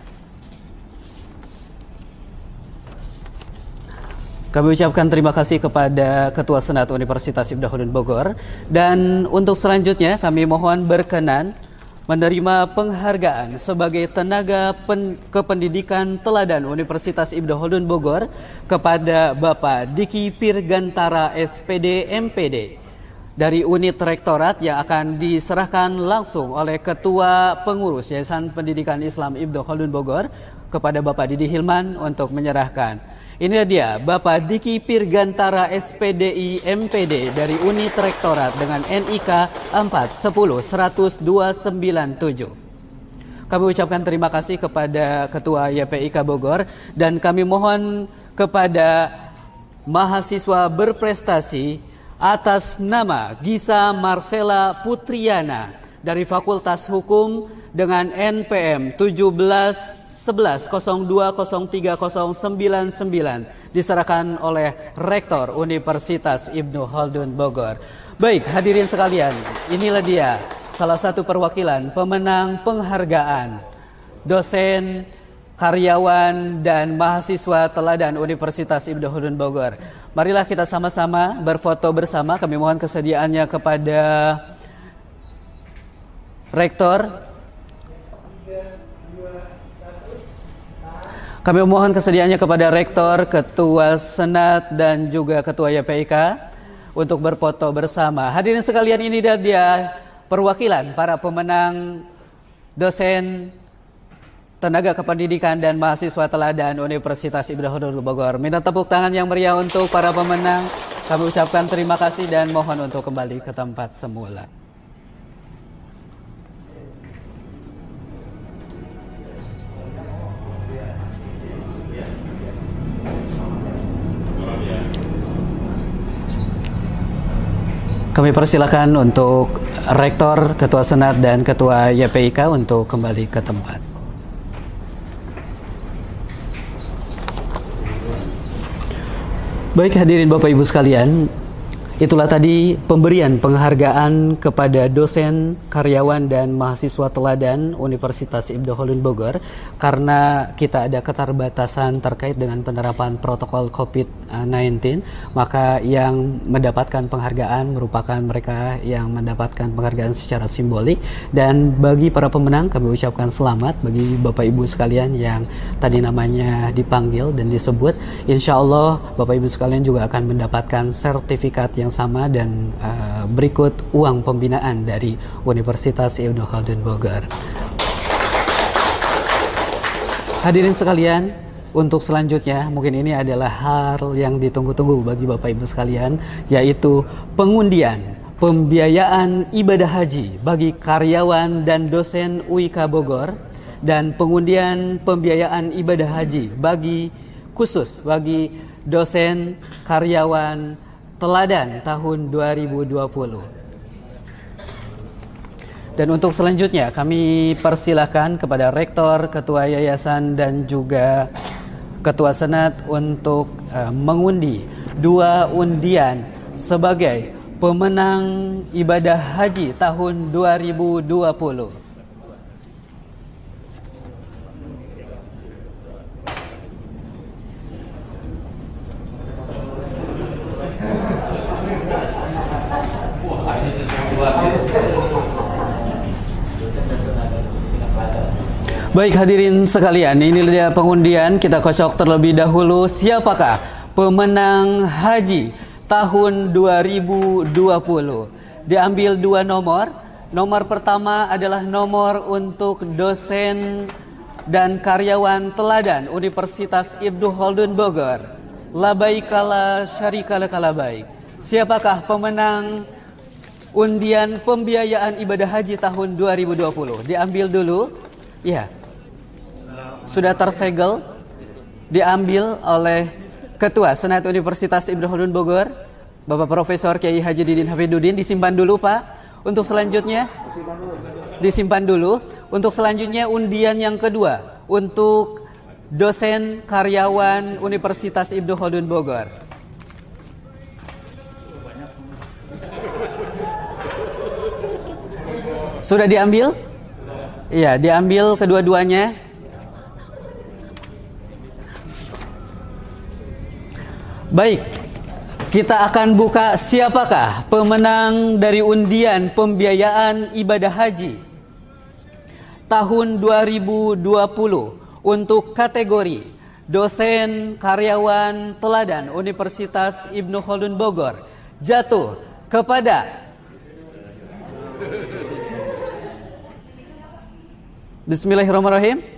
Kami ucapkan terima kasih kepada Ketua Senat Universitas Ibnu Khaldun Bogor, dan untuk selanjutnya kami mohon berkenan menerima penghargaan sebagai tenaga pen, kependidikan teladan Universitas Ibnu Khaldun Bogor kepada Bapak Diki Pirgantara S P D M P D dari unit rektorat yang akan diserahkan langsung oleh Ketua Pengurus Yayasan Pendidikan Islam Ibnu Khaldun Bogor kepada Bapak Didi Hilman untuk menyerahkan. Inilah dia Bapak Diki Pirgantara S P D I M P D dari unit rektorat dengan N I K empat sepuluh seratus dua sembilan tujuh. Kami ucapkan terima kasih kepada Ketua Y P I K Bogor, dan kami mohon kepada mahasiswa berprestasi atas nama Gisa Marcella Putriana dari Fakultas Hukum dengan N P M tujuh belas sebelas nol dua nol tiga nol sembilan sembilan diserahkan oleh Rektor Universitas Ibnu Khaldun Bogor. Baik, hadirin sekalian, inilah dia salah satu perwakilan pemenang penghargaan dosen, karyawan, dan mahasiswa teladan Universitas Ibnu Khaldun Bogor. Marilah kita sama-sama berfoto bersama. Kami mohon kesediaannya kepada Rektor. Kami mohon kesediaannya kepada Rektor, Ketua Senat, dan juga Ketua Y P I K untuk berfoto bersama. Hadirin sekalian, ini dia perwakilan para pemenang dosen, tenaga kependidikan, dan mahasiswa teladan Universitas Ibnu Khaldun Bogor. Minta tepuk tangan yang meriah untuk para pemenang. Kami ucapkan terima kasih dan mohon untuk kembali ke tempat semula. Kami persilakan untuk Rektor, Ketua Senat, dan Ketua Y P I K untuk kembali ke tempat. Baik, hadirin Bapak Ibu sekalian, itulah tadi pemberian penghargaan kepada dosen, karyawan, dan mahasiswa teladan Universitas Ibnu Khaldun Bogor karena kita ada keterbatasan terkait dengan penerapan protokol covid sembilan belas, maka yang mendapatkan penghargaan merupakan mereka yang mendapatkan penghargaan secara simbolik. Dan bagi para pemenang kami ucapkan selamat. Bagi Bapak Ibu sekalian yang tadi namanya dipanggil dan disebut, insya Allah Bapak Ibu sekalian juga akan mendapatkan sertifikat yang sama dan uh, berikut uang pembinaan dari Universitas Ibnu Khaldun Bogor. Hadirin sekalian, untuk selanjutnya mungkin ini adalah hal yang ditunggu-tunggu bagi Bapak Ibu sekalian, yaitu pengundian pembiayaan ibadah haji bagi karyawan dan dosen U I K Bogor dan pengundian pembiayaan ibadah haji bagi khusus bagi dosen, karyawan teladan tahun dua ribu dua puluh. Dan untuk selanjutnya kami persilahkan kepada Rektor, Ketua Yayasan, dan juga Ketua Senat untuk uh, mengundi dua undian sebagai pemenang ibadah haji tahun dua ribu dua puluh. Baik, hadirin sekalian, ini dia pengundian. Kita kocok terlebih dahulu siapakah pemenang haji tahun dua ribu dua puluh. Diambil dua nomor. Nomor pertama adalah nomor untuk dosen dan karyawan teladan Universitas Ibnu Khaldun Bogor. Labaikala syarikala kalabaik. Siapakah pemenang undian pembiayaan ibadah haji tahun dua ribu dua puluh? Diambil dulu. Ya. Sudah tersegel, diambil oleh Ketua Senat Universitas Ibnu Khaldun Bogor, Bapak Profesor Kiai Haji Didin Hafidudin. Disimpan dulu, Pak. Untuk selanjutnya disimpan dulu. Untuk selanjutnya undian yang kedua untuk dosen karyawan Universitas Ibnu Khaldun Bogor. Sudah diambil? Iya, diambil kedua-duanya. Baik, kita akan buka siapakah pemenang dari undian pembiayaan ibadah haji tahun dua ribu dua puluh untuk kategori dosen karyawan teladan Universitas Ibnu Khaldun Bogor jatuh kepada Bismillahirrahmanirrahim.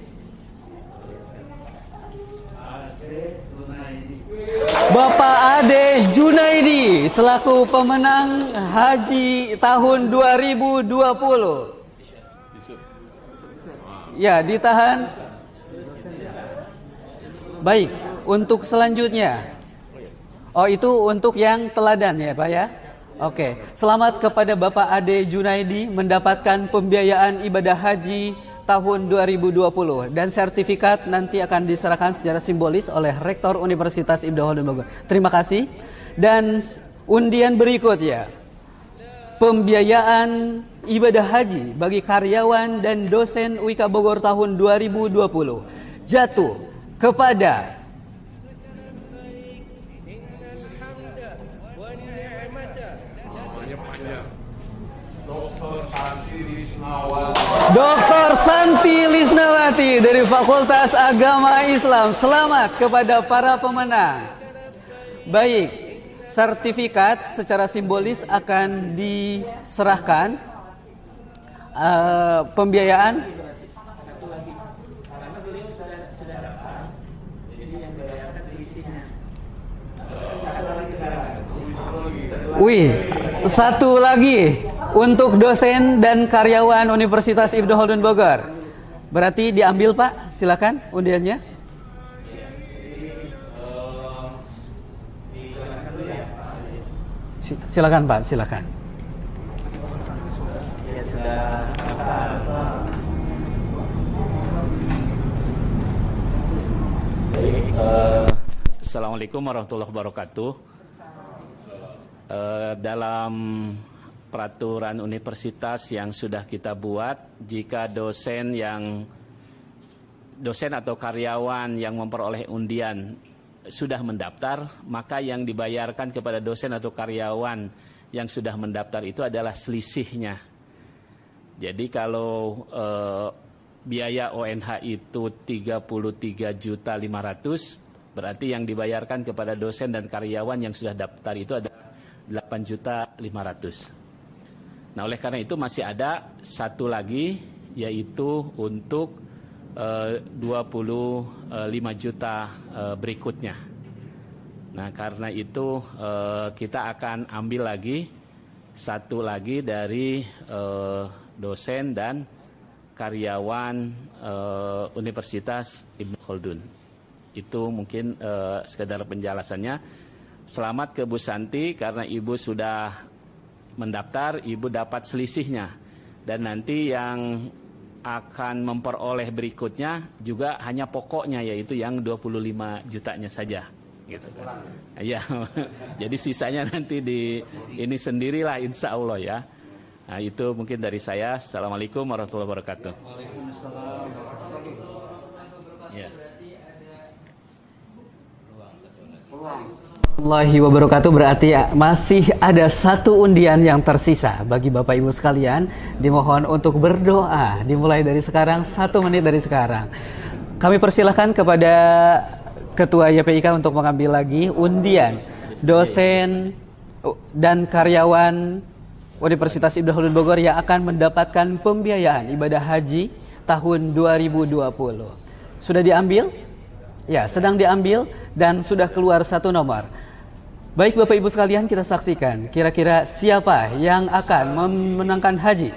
Bapak Ade Junaidi selaku pemenang haji tahun dua ribu dua puluh. Ya, ditahan. Baik, untuk selanjutnya Oh, itu untuk yang teladan ya Pak ya? Oke, selamat kepada Bapak Ade Junaidi mendapatkan pembiayaan ibadah haji tahun dua ribu dua puluh dan sertifikat nanti akan diserahkan secara simbolis oleh Rektor Universitas Ibnu Khaldun Bogor. Terima kasih. Dan undian berikut ya, pembiayaan ibadah haji bagi karyawan dan dosen U I K Bogor tahun dua ribu dua puluh jatuh kepada Doktor Santi Lisnawati dari Fakultas Agama Islam. Selamat kepada para pemenang. Baik, sertifikat secara simbolis akan diserahkan. Uh, pembiayaan Wih, satu lagi untuk dosen dan karyawan Universitas Ibnu Khaldun Bogor. Berarti diambil Pak, silakan undiannya. Silakan Pak, silakan. Ya sudah. Baik, uh, Assalamualaikum warahmatullahi wabarakatuh. Uh, dalam peraturan universitas yang sudah kita buat, jika dosen yang dosen atau karyawan yang memperoleh undian sudah mendaftar, maka yang dibayarkan kepada dosen atau karyawan yang sudah mendaftar itu adalah selisihnya. Jadi kalau eh, biaya O N H itu tiga puluh tiga juta lima ratus ribu, berarti yang dibayarkan kepada dosen dan karyawan yang sudah daftar itu adalah delapan juta lima ratus ribu. Nah, oleh karena itu masih ada satu lagi, yaitu untuk uh, dua puluh lima juta uh, berikutnya. Nah, karena itu uh, kita akan ambil lagi satu lagi dari uh, dosen dan karyawan uh, Universitas Ibnu Khaldun. Itu mungkin uh, sekedar penjelasannya. Selamat ke Bu Santi, karena Ibu sudah mendaftar, Ibu dapat selisihnya, dan nanti yang akan memperoleh berikutnya juga hanya pokoknya, yaitu yang dua puluh lima jutanya saja gitu kan. Ya, jadi sisanya nanti di ini sendirilah insya Allah ya. Nah, itu mungkin dari saya. Assalamualaikum warahmatullahi wabarakatuh. Waalaikumsalam. Ya. Warahmatullahi wabarakatuh. Berarti masih ada satu undian yang tersisa. Bagi Bapak Ibu sekalian, dimohon untuk berdoa dimulai dari sekarang, satu menit dari sekarang. Kami persilahkan kepada Ketua Y P I K untuk mengambil lagi undian dosen dan karyawan Universitas Ibnu Khaldun Bogor yang akan mendapatkan pembiayaan ibadah haji tahun dua ribu dua puluh. Sudah diambil? Ya, sedang diambil dan sudah keluar satu nomor. Baik Bapak Ibu sekalian, kita saksikan kira-kira siapa yang akan memenangkan haji.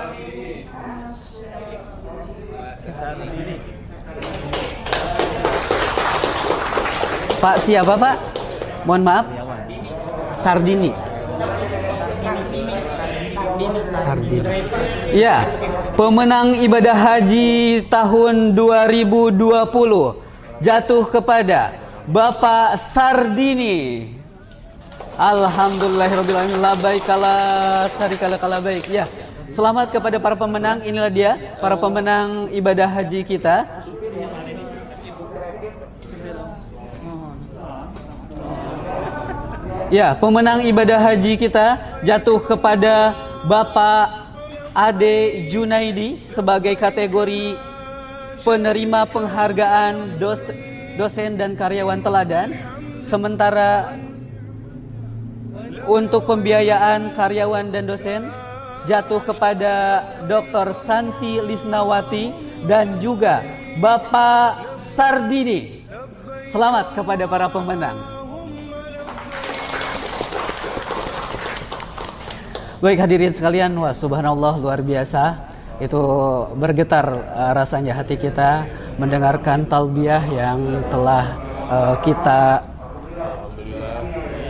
Pak siapa Pak? Mohon maaf. Sardini. Sardini. Ya, pemenang ibadah haji tahun dua ribu dua puluh jatuh kepada Bapak Sardini. Alhamdulillahirabbil alamin. Labaik kala sarikala kala baik. Ya, selamat kepada para pemenang. Inilah dia para pemenang ibadah haji kita. Ya, pemenang ibadah haji kita jatuh kepada Bapak Ade Junaidi sebagai kategori penerima penghargaan dos, dosen dan karyawan teladan. Sementara untuk pembiayaan karyawan dan dosen jatuh kepada Doktor Santi Lisnawati dan juga Bapak Sardini. Selamat kepada para pemenang. Baik hadirin sekalian, wah subhanallah luar biasa. Itu bergetar uh, rasanya hati kita mendengarkan talbiyah yang telah uh, kita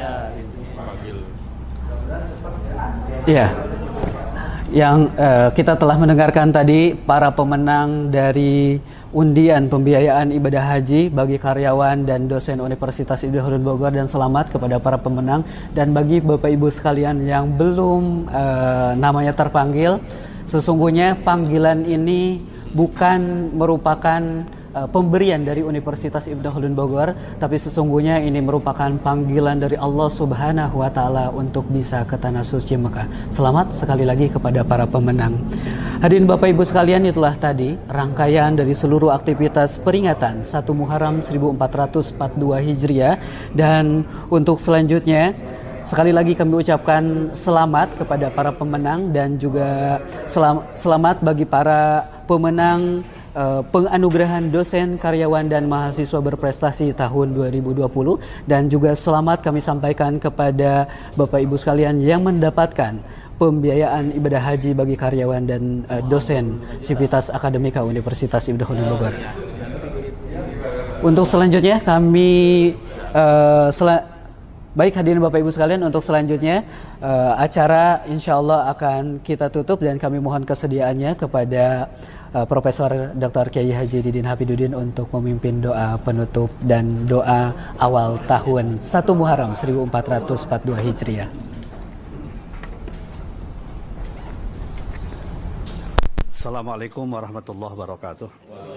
Ya, yang uh, kita telah mendengarkan tadi para pemenang dari undian pembiayaan ibadah haji bagi karyawan dan dosen Universitas Ibnu Khaldun Bogor, dan selamat kepada para pemenang. Dan bagi Bapak Ibu sekalian yang belum uh, namanya terpanggil, sesungguhnya panggilan ini bukan merupakan uh, pemberian dari Universitas Ibnu Khaldun Bogor, tapi sesungguhnya ini merupakan panggilan dari Allah Subhanahu wa taala untuk bisa ke tanah suci Mekah. Selamat sekali lagi kepada para pemenang. Hadirin Bapak Ibu sekalian, itulah tadi rangkaian dari seluruh aktivitas peringatan satu Muharram seribu empat ratus empat puluh dua Hijriah. Dan untuk selanjutnya, sekali lagi kami ucapkan selamat kepada para pemenang dan juga selam, selamat bagi para pemenang uh, penganugerahan dosen, karyawan, dan mahasiswa berprestasi tahun dua ribu dua puluh. Dan juga selamat kami sampaikan kepada Bapak Ibu sekalian yang mendapatkan pembiayaan ibadah haji bagi karyawan dan uh, dosen Sivitas Akademika Universitas Ibnu Khaldun Bogor. Untuk selanjutnya kami uh, sel- baik hadirin Bapak Ibu sekalian, untuk selanjutnya uh, acara insya Allah akan kita tutup dan kami mohon kesediaannya kepada uh, Profesor Doktor Kiai Haji Didin Hafidudin untuk memimpin doa penutup dan doa awal tahun satu Muharram seribu empat ratus empat puluh dua Hijriah. Assalamualaikum warahmatullahi wabarakatuh.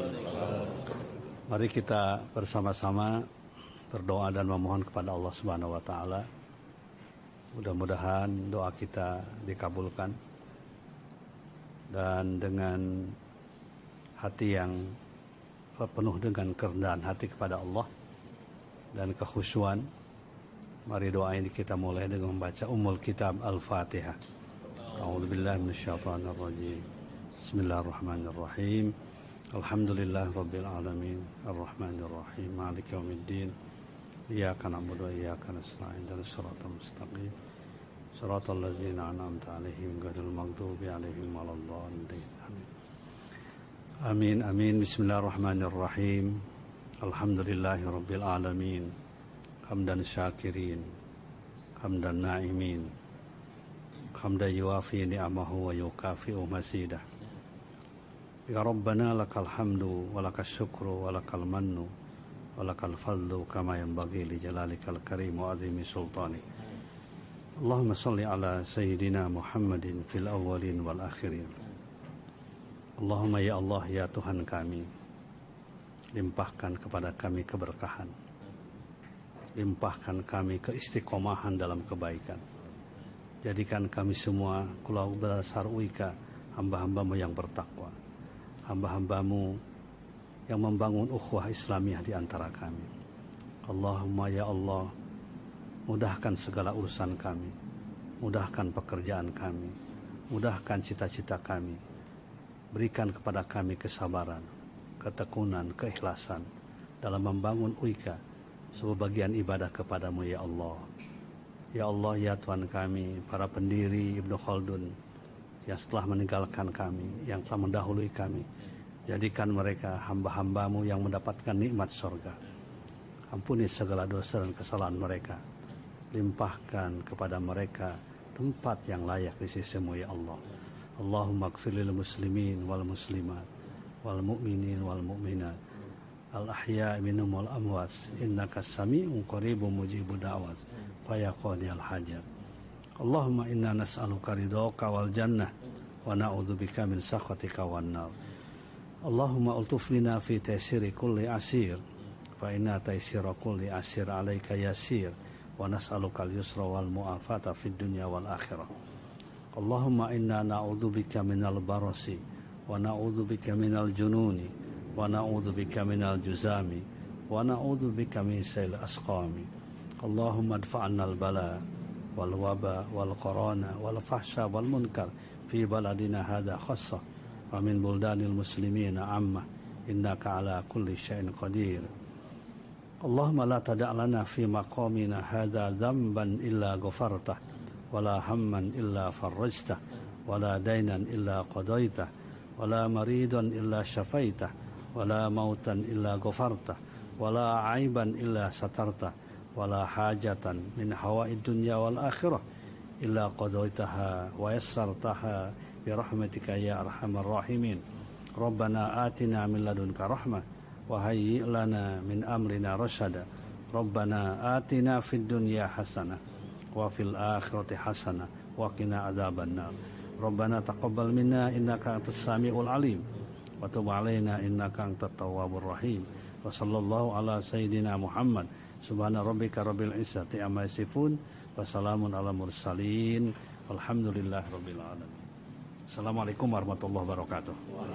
Mari kita bersama-sama berdoa dan memohon kepada Allah Subhanahu wa taala. Mudah-mudahan doa kita dikabulkan. Dan dengan hati yang penuh dengan kerendahan hati kepada Allah dan kekhusyuan, mari doa ini kita mulai dengan membaca Ummul Kitab Al-Fatihah. A'udzubillahi minasyaitonir rajim. Bismillahirrahmanirrahim. Alhamdulillah rabbil alamin. Arrahmanir rahim. Maliki yaumiddin. Iyyaka na'budu wa iyyaka nasta'in. Ihdinas siratal mustaqim. Shiratal ladzina an'amta 'alaihim ghairil maghdubi 'alaihim waladdallin. Amin. Amin amin. Bismillahirrahmanirrahim. Alhamdulillahi rabbil alamin. Hamdan syakirin. Hamdan na'imin. Hamdan yuwafi ni'amahu wa yukafi'u mazidah. Ya Rabbana lakal hamdu wa lakal syukru wa lakal mannu wa lakal fadlu kama yanbaghi li jalalikal karim wa azimi sultani. Allahumma salli ala sayyidina Muhammadin fil awwalin wal akhirin. Allahumma ya Allah ya Tuhan kami, limpahkan kepada kami keberkahan, limpahkan kami keistiqomahan dalam kebaikan. Jadikan kami semua kulau berdasar uika, hamba-hambamu yang bertakwa, hamba-hambamu yang membangun ukhuwah Islamiyah di antara kami. Allahumma ya Allah, mudahkan segala urusan kami, mudahkan pekerjaan kami, mudahkan cita-cita kami. Berikan kepada kami kesabaran, ketekunan, keikhlasan dalam membangun uika sebagian ibadah kepadamu ya Allah. Ya Allah, ya Tuhan kami, para pendiri Ibnu Khaldun yang setelah meninggalkan kami, yang telah mendahului kami, jadikan mereka hamba-hambamu yang mendapatkan nikmat surga. Ampuni segala dosa dan kesalahan mereka. Limpahkan kepada mereka tempat yang layak di sisimu ya Allah. Allahumma gfir lil muslimin wal muslimat wal mu'minin wal mu'minat al ahya'i minhum wal amwas innaka sami'un qaribun mujibud da'wat faya qadiyal hajat. Allahumma inna nas'aluka ridhaka wal jannah wa na'udzubika min sakhatika wan nar. Allahumma ultuf bina fi taysiri kulli asir fa inna taysira kulli asir alayka yasir wa nas'aluka al-yusra wal mu'afata fid dunya wal akhirah. Allahumma inna na'udzubika minal barasi wa na'udzubika minal jununi wa na'udzubika minal juzami wa na'udzubika min sayil asqami. Allahumma adfa'anna al-bala wal waba wal qarana wal fahsya wal munkar fi baladina hadha khassa wa min buldanil muslimina amma innaka ala kulli syai'in qadir. Allahumma la tada' lana fi maqamina hadha dhanban illa ghafartah wala hamman illa farrajtah wala dainan illa qadaitah wala maridan illa syafaitah wala mautan illa ghafartah wala aiban illa satartah wala hajatan min hawaid dunya wal akhirah إلا قضيتها ويسرتها برحمتك يا أرحم الراحمين ربنا آتنا من لدنك رحمة وهيئ لنا من أمرنا رشدا ربنا آتنا في الدنيا حسنة وفي الآخرة حسنة وقنا عذاب النار ربنا تقبل منا إنك أنت السميع العليم وتب علينا إنك أنت التواب الرحيم وصلى الله على سيدنا محمد سبحان ربك رب العزة عما يصفون وسلام على المرسلين والحمد لله رب العالمين. Assalamualaikum warahmatullahi wabarakatuh.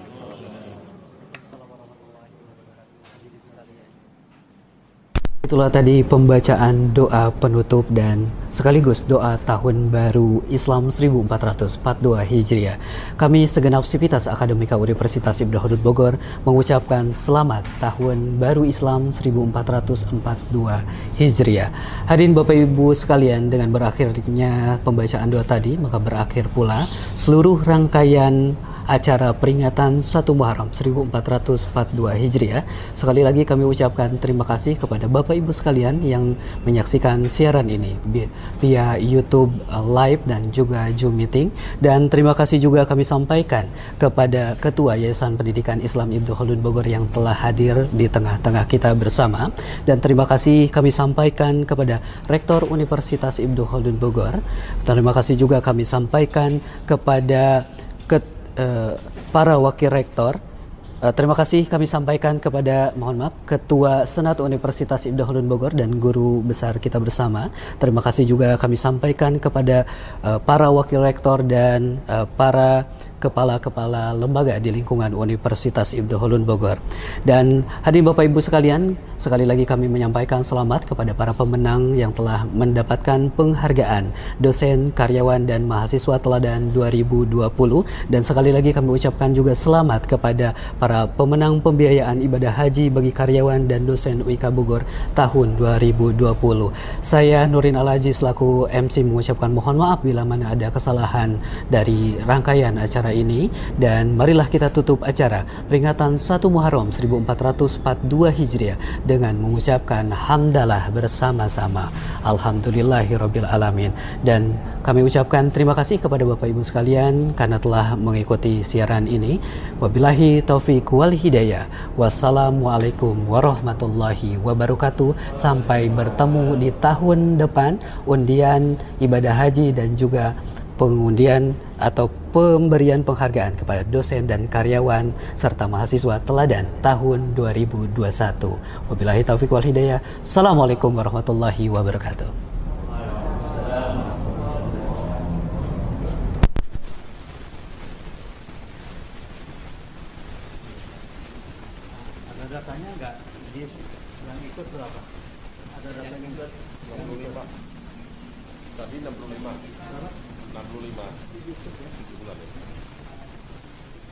Itulah tadi pembacaan doa penutup dan sekaligus doa tahun baru Islam seribu empat ratus empat puluh dua Hijriah. Kami segenap Sivitas Akademika Universitas Ibnu Khaldun Bogor mengucapkan selamat tahun baru Islam seribu empat ratus empat puluh dua Hijriah. Hadirin Bapak Ibu sekalian, dengan berakhirnya pembacaan doa tadi, maka berakhir pula seluruh rangkaian acara peringatan satu Muharram seribu empat ratus empat puluh dua Hijriah. Sekali lagi kami ucapkan terima kasih kepada Bapak Ibu sekalian yang menyaksikan siaran ini via YouTube Live dan juga Zoom Meeting. Dan terima kasih juga kami sampaikan kepada Ketua Yayasan Pendidikan Islam Ibnu Khaldun Bogor yang telah hadir di tengah-tengah kita bersama. Dan terima kasih kami sampaikan kepada Rektor Universitas Ibnu Khaldun Bogor. Terima kasih juga kami sampaikan kepada Uh, para wakil rektor. Uh, terima kasih kami sampaikan kepada, mohon maaf, Ketua Senat Universitas Ibnu Khaldun Bogor dan guru besar kita bersama. Terima kasih juga kami sampaikan kepada uh, para wakil rektor dan uh, para kepala-kepala lembaga di lingkungan Universitas Ibnu Khaldun Bogor. Dan hadirin Bapak Ibu sekalian, sekali lagi kami menyampaikan selamat kepada para pemenang yang telah mendapatkan penghargaan dosen, karyawan, dan mahasiswa teladan dua ribu dua puluh. Dan sekali lagi kami ucapkan juga selamat kepada para pemenang pembiayaan ibadah haji bagi karyawan dan dosen U I K Bogor tahun dua ribu dua puluh. Saya Nurin Al-Haji selaku M C mengucapkan mohon maaf bila mana ada kesalahan dari rangkaian acara ini, dan marilah kita tutup acara peringatan satu Muharram seribu empat ratus empat puluh dua Hijriah dengan mengucapkan hamdalah bersama-sama. Alhamdulillahirabbil alamin. Dan kami ucapkan terima kasih kepada Bapak Ibu sekalian karena telah mengikuti siaran ini. Wabillahi taufiq wal hidayah. Wassalamualaikum warahmatullahi wabarakatuh. Sampai bertemu di tahun depan undian ibadah haji dan juga pengundian atau pemberian penghargaan kepada dosen dan karyawan serta mahasiswa teladan tahun dua ribu dua puluh satu. Wabillahi taufiq wal hidayah. Assalamualaikum warahmatullahi wabarakatuh. Ada datanya nggak? Yang ikut berapa? Ada data yang ikut? enam puluh lima. Tadi enam puluh lima. enam puluh lima. tujuh bulan ya.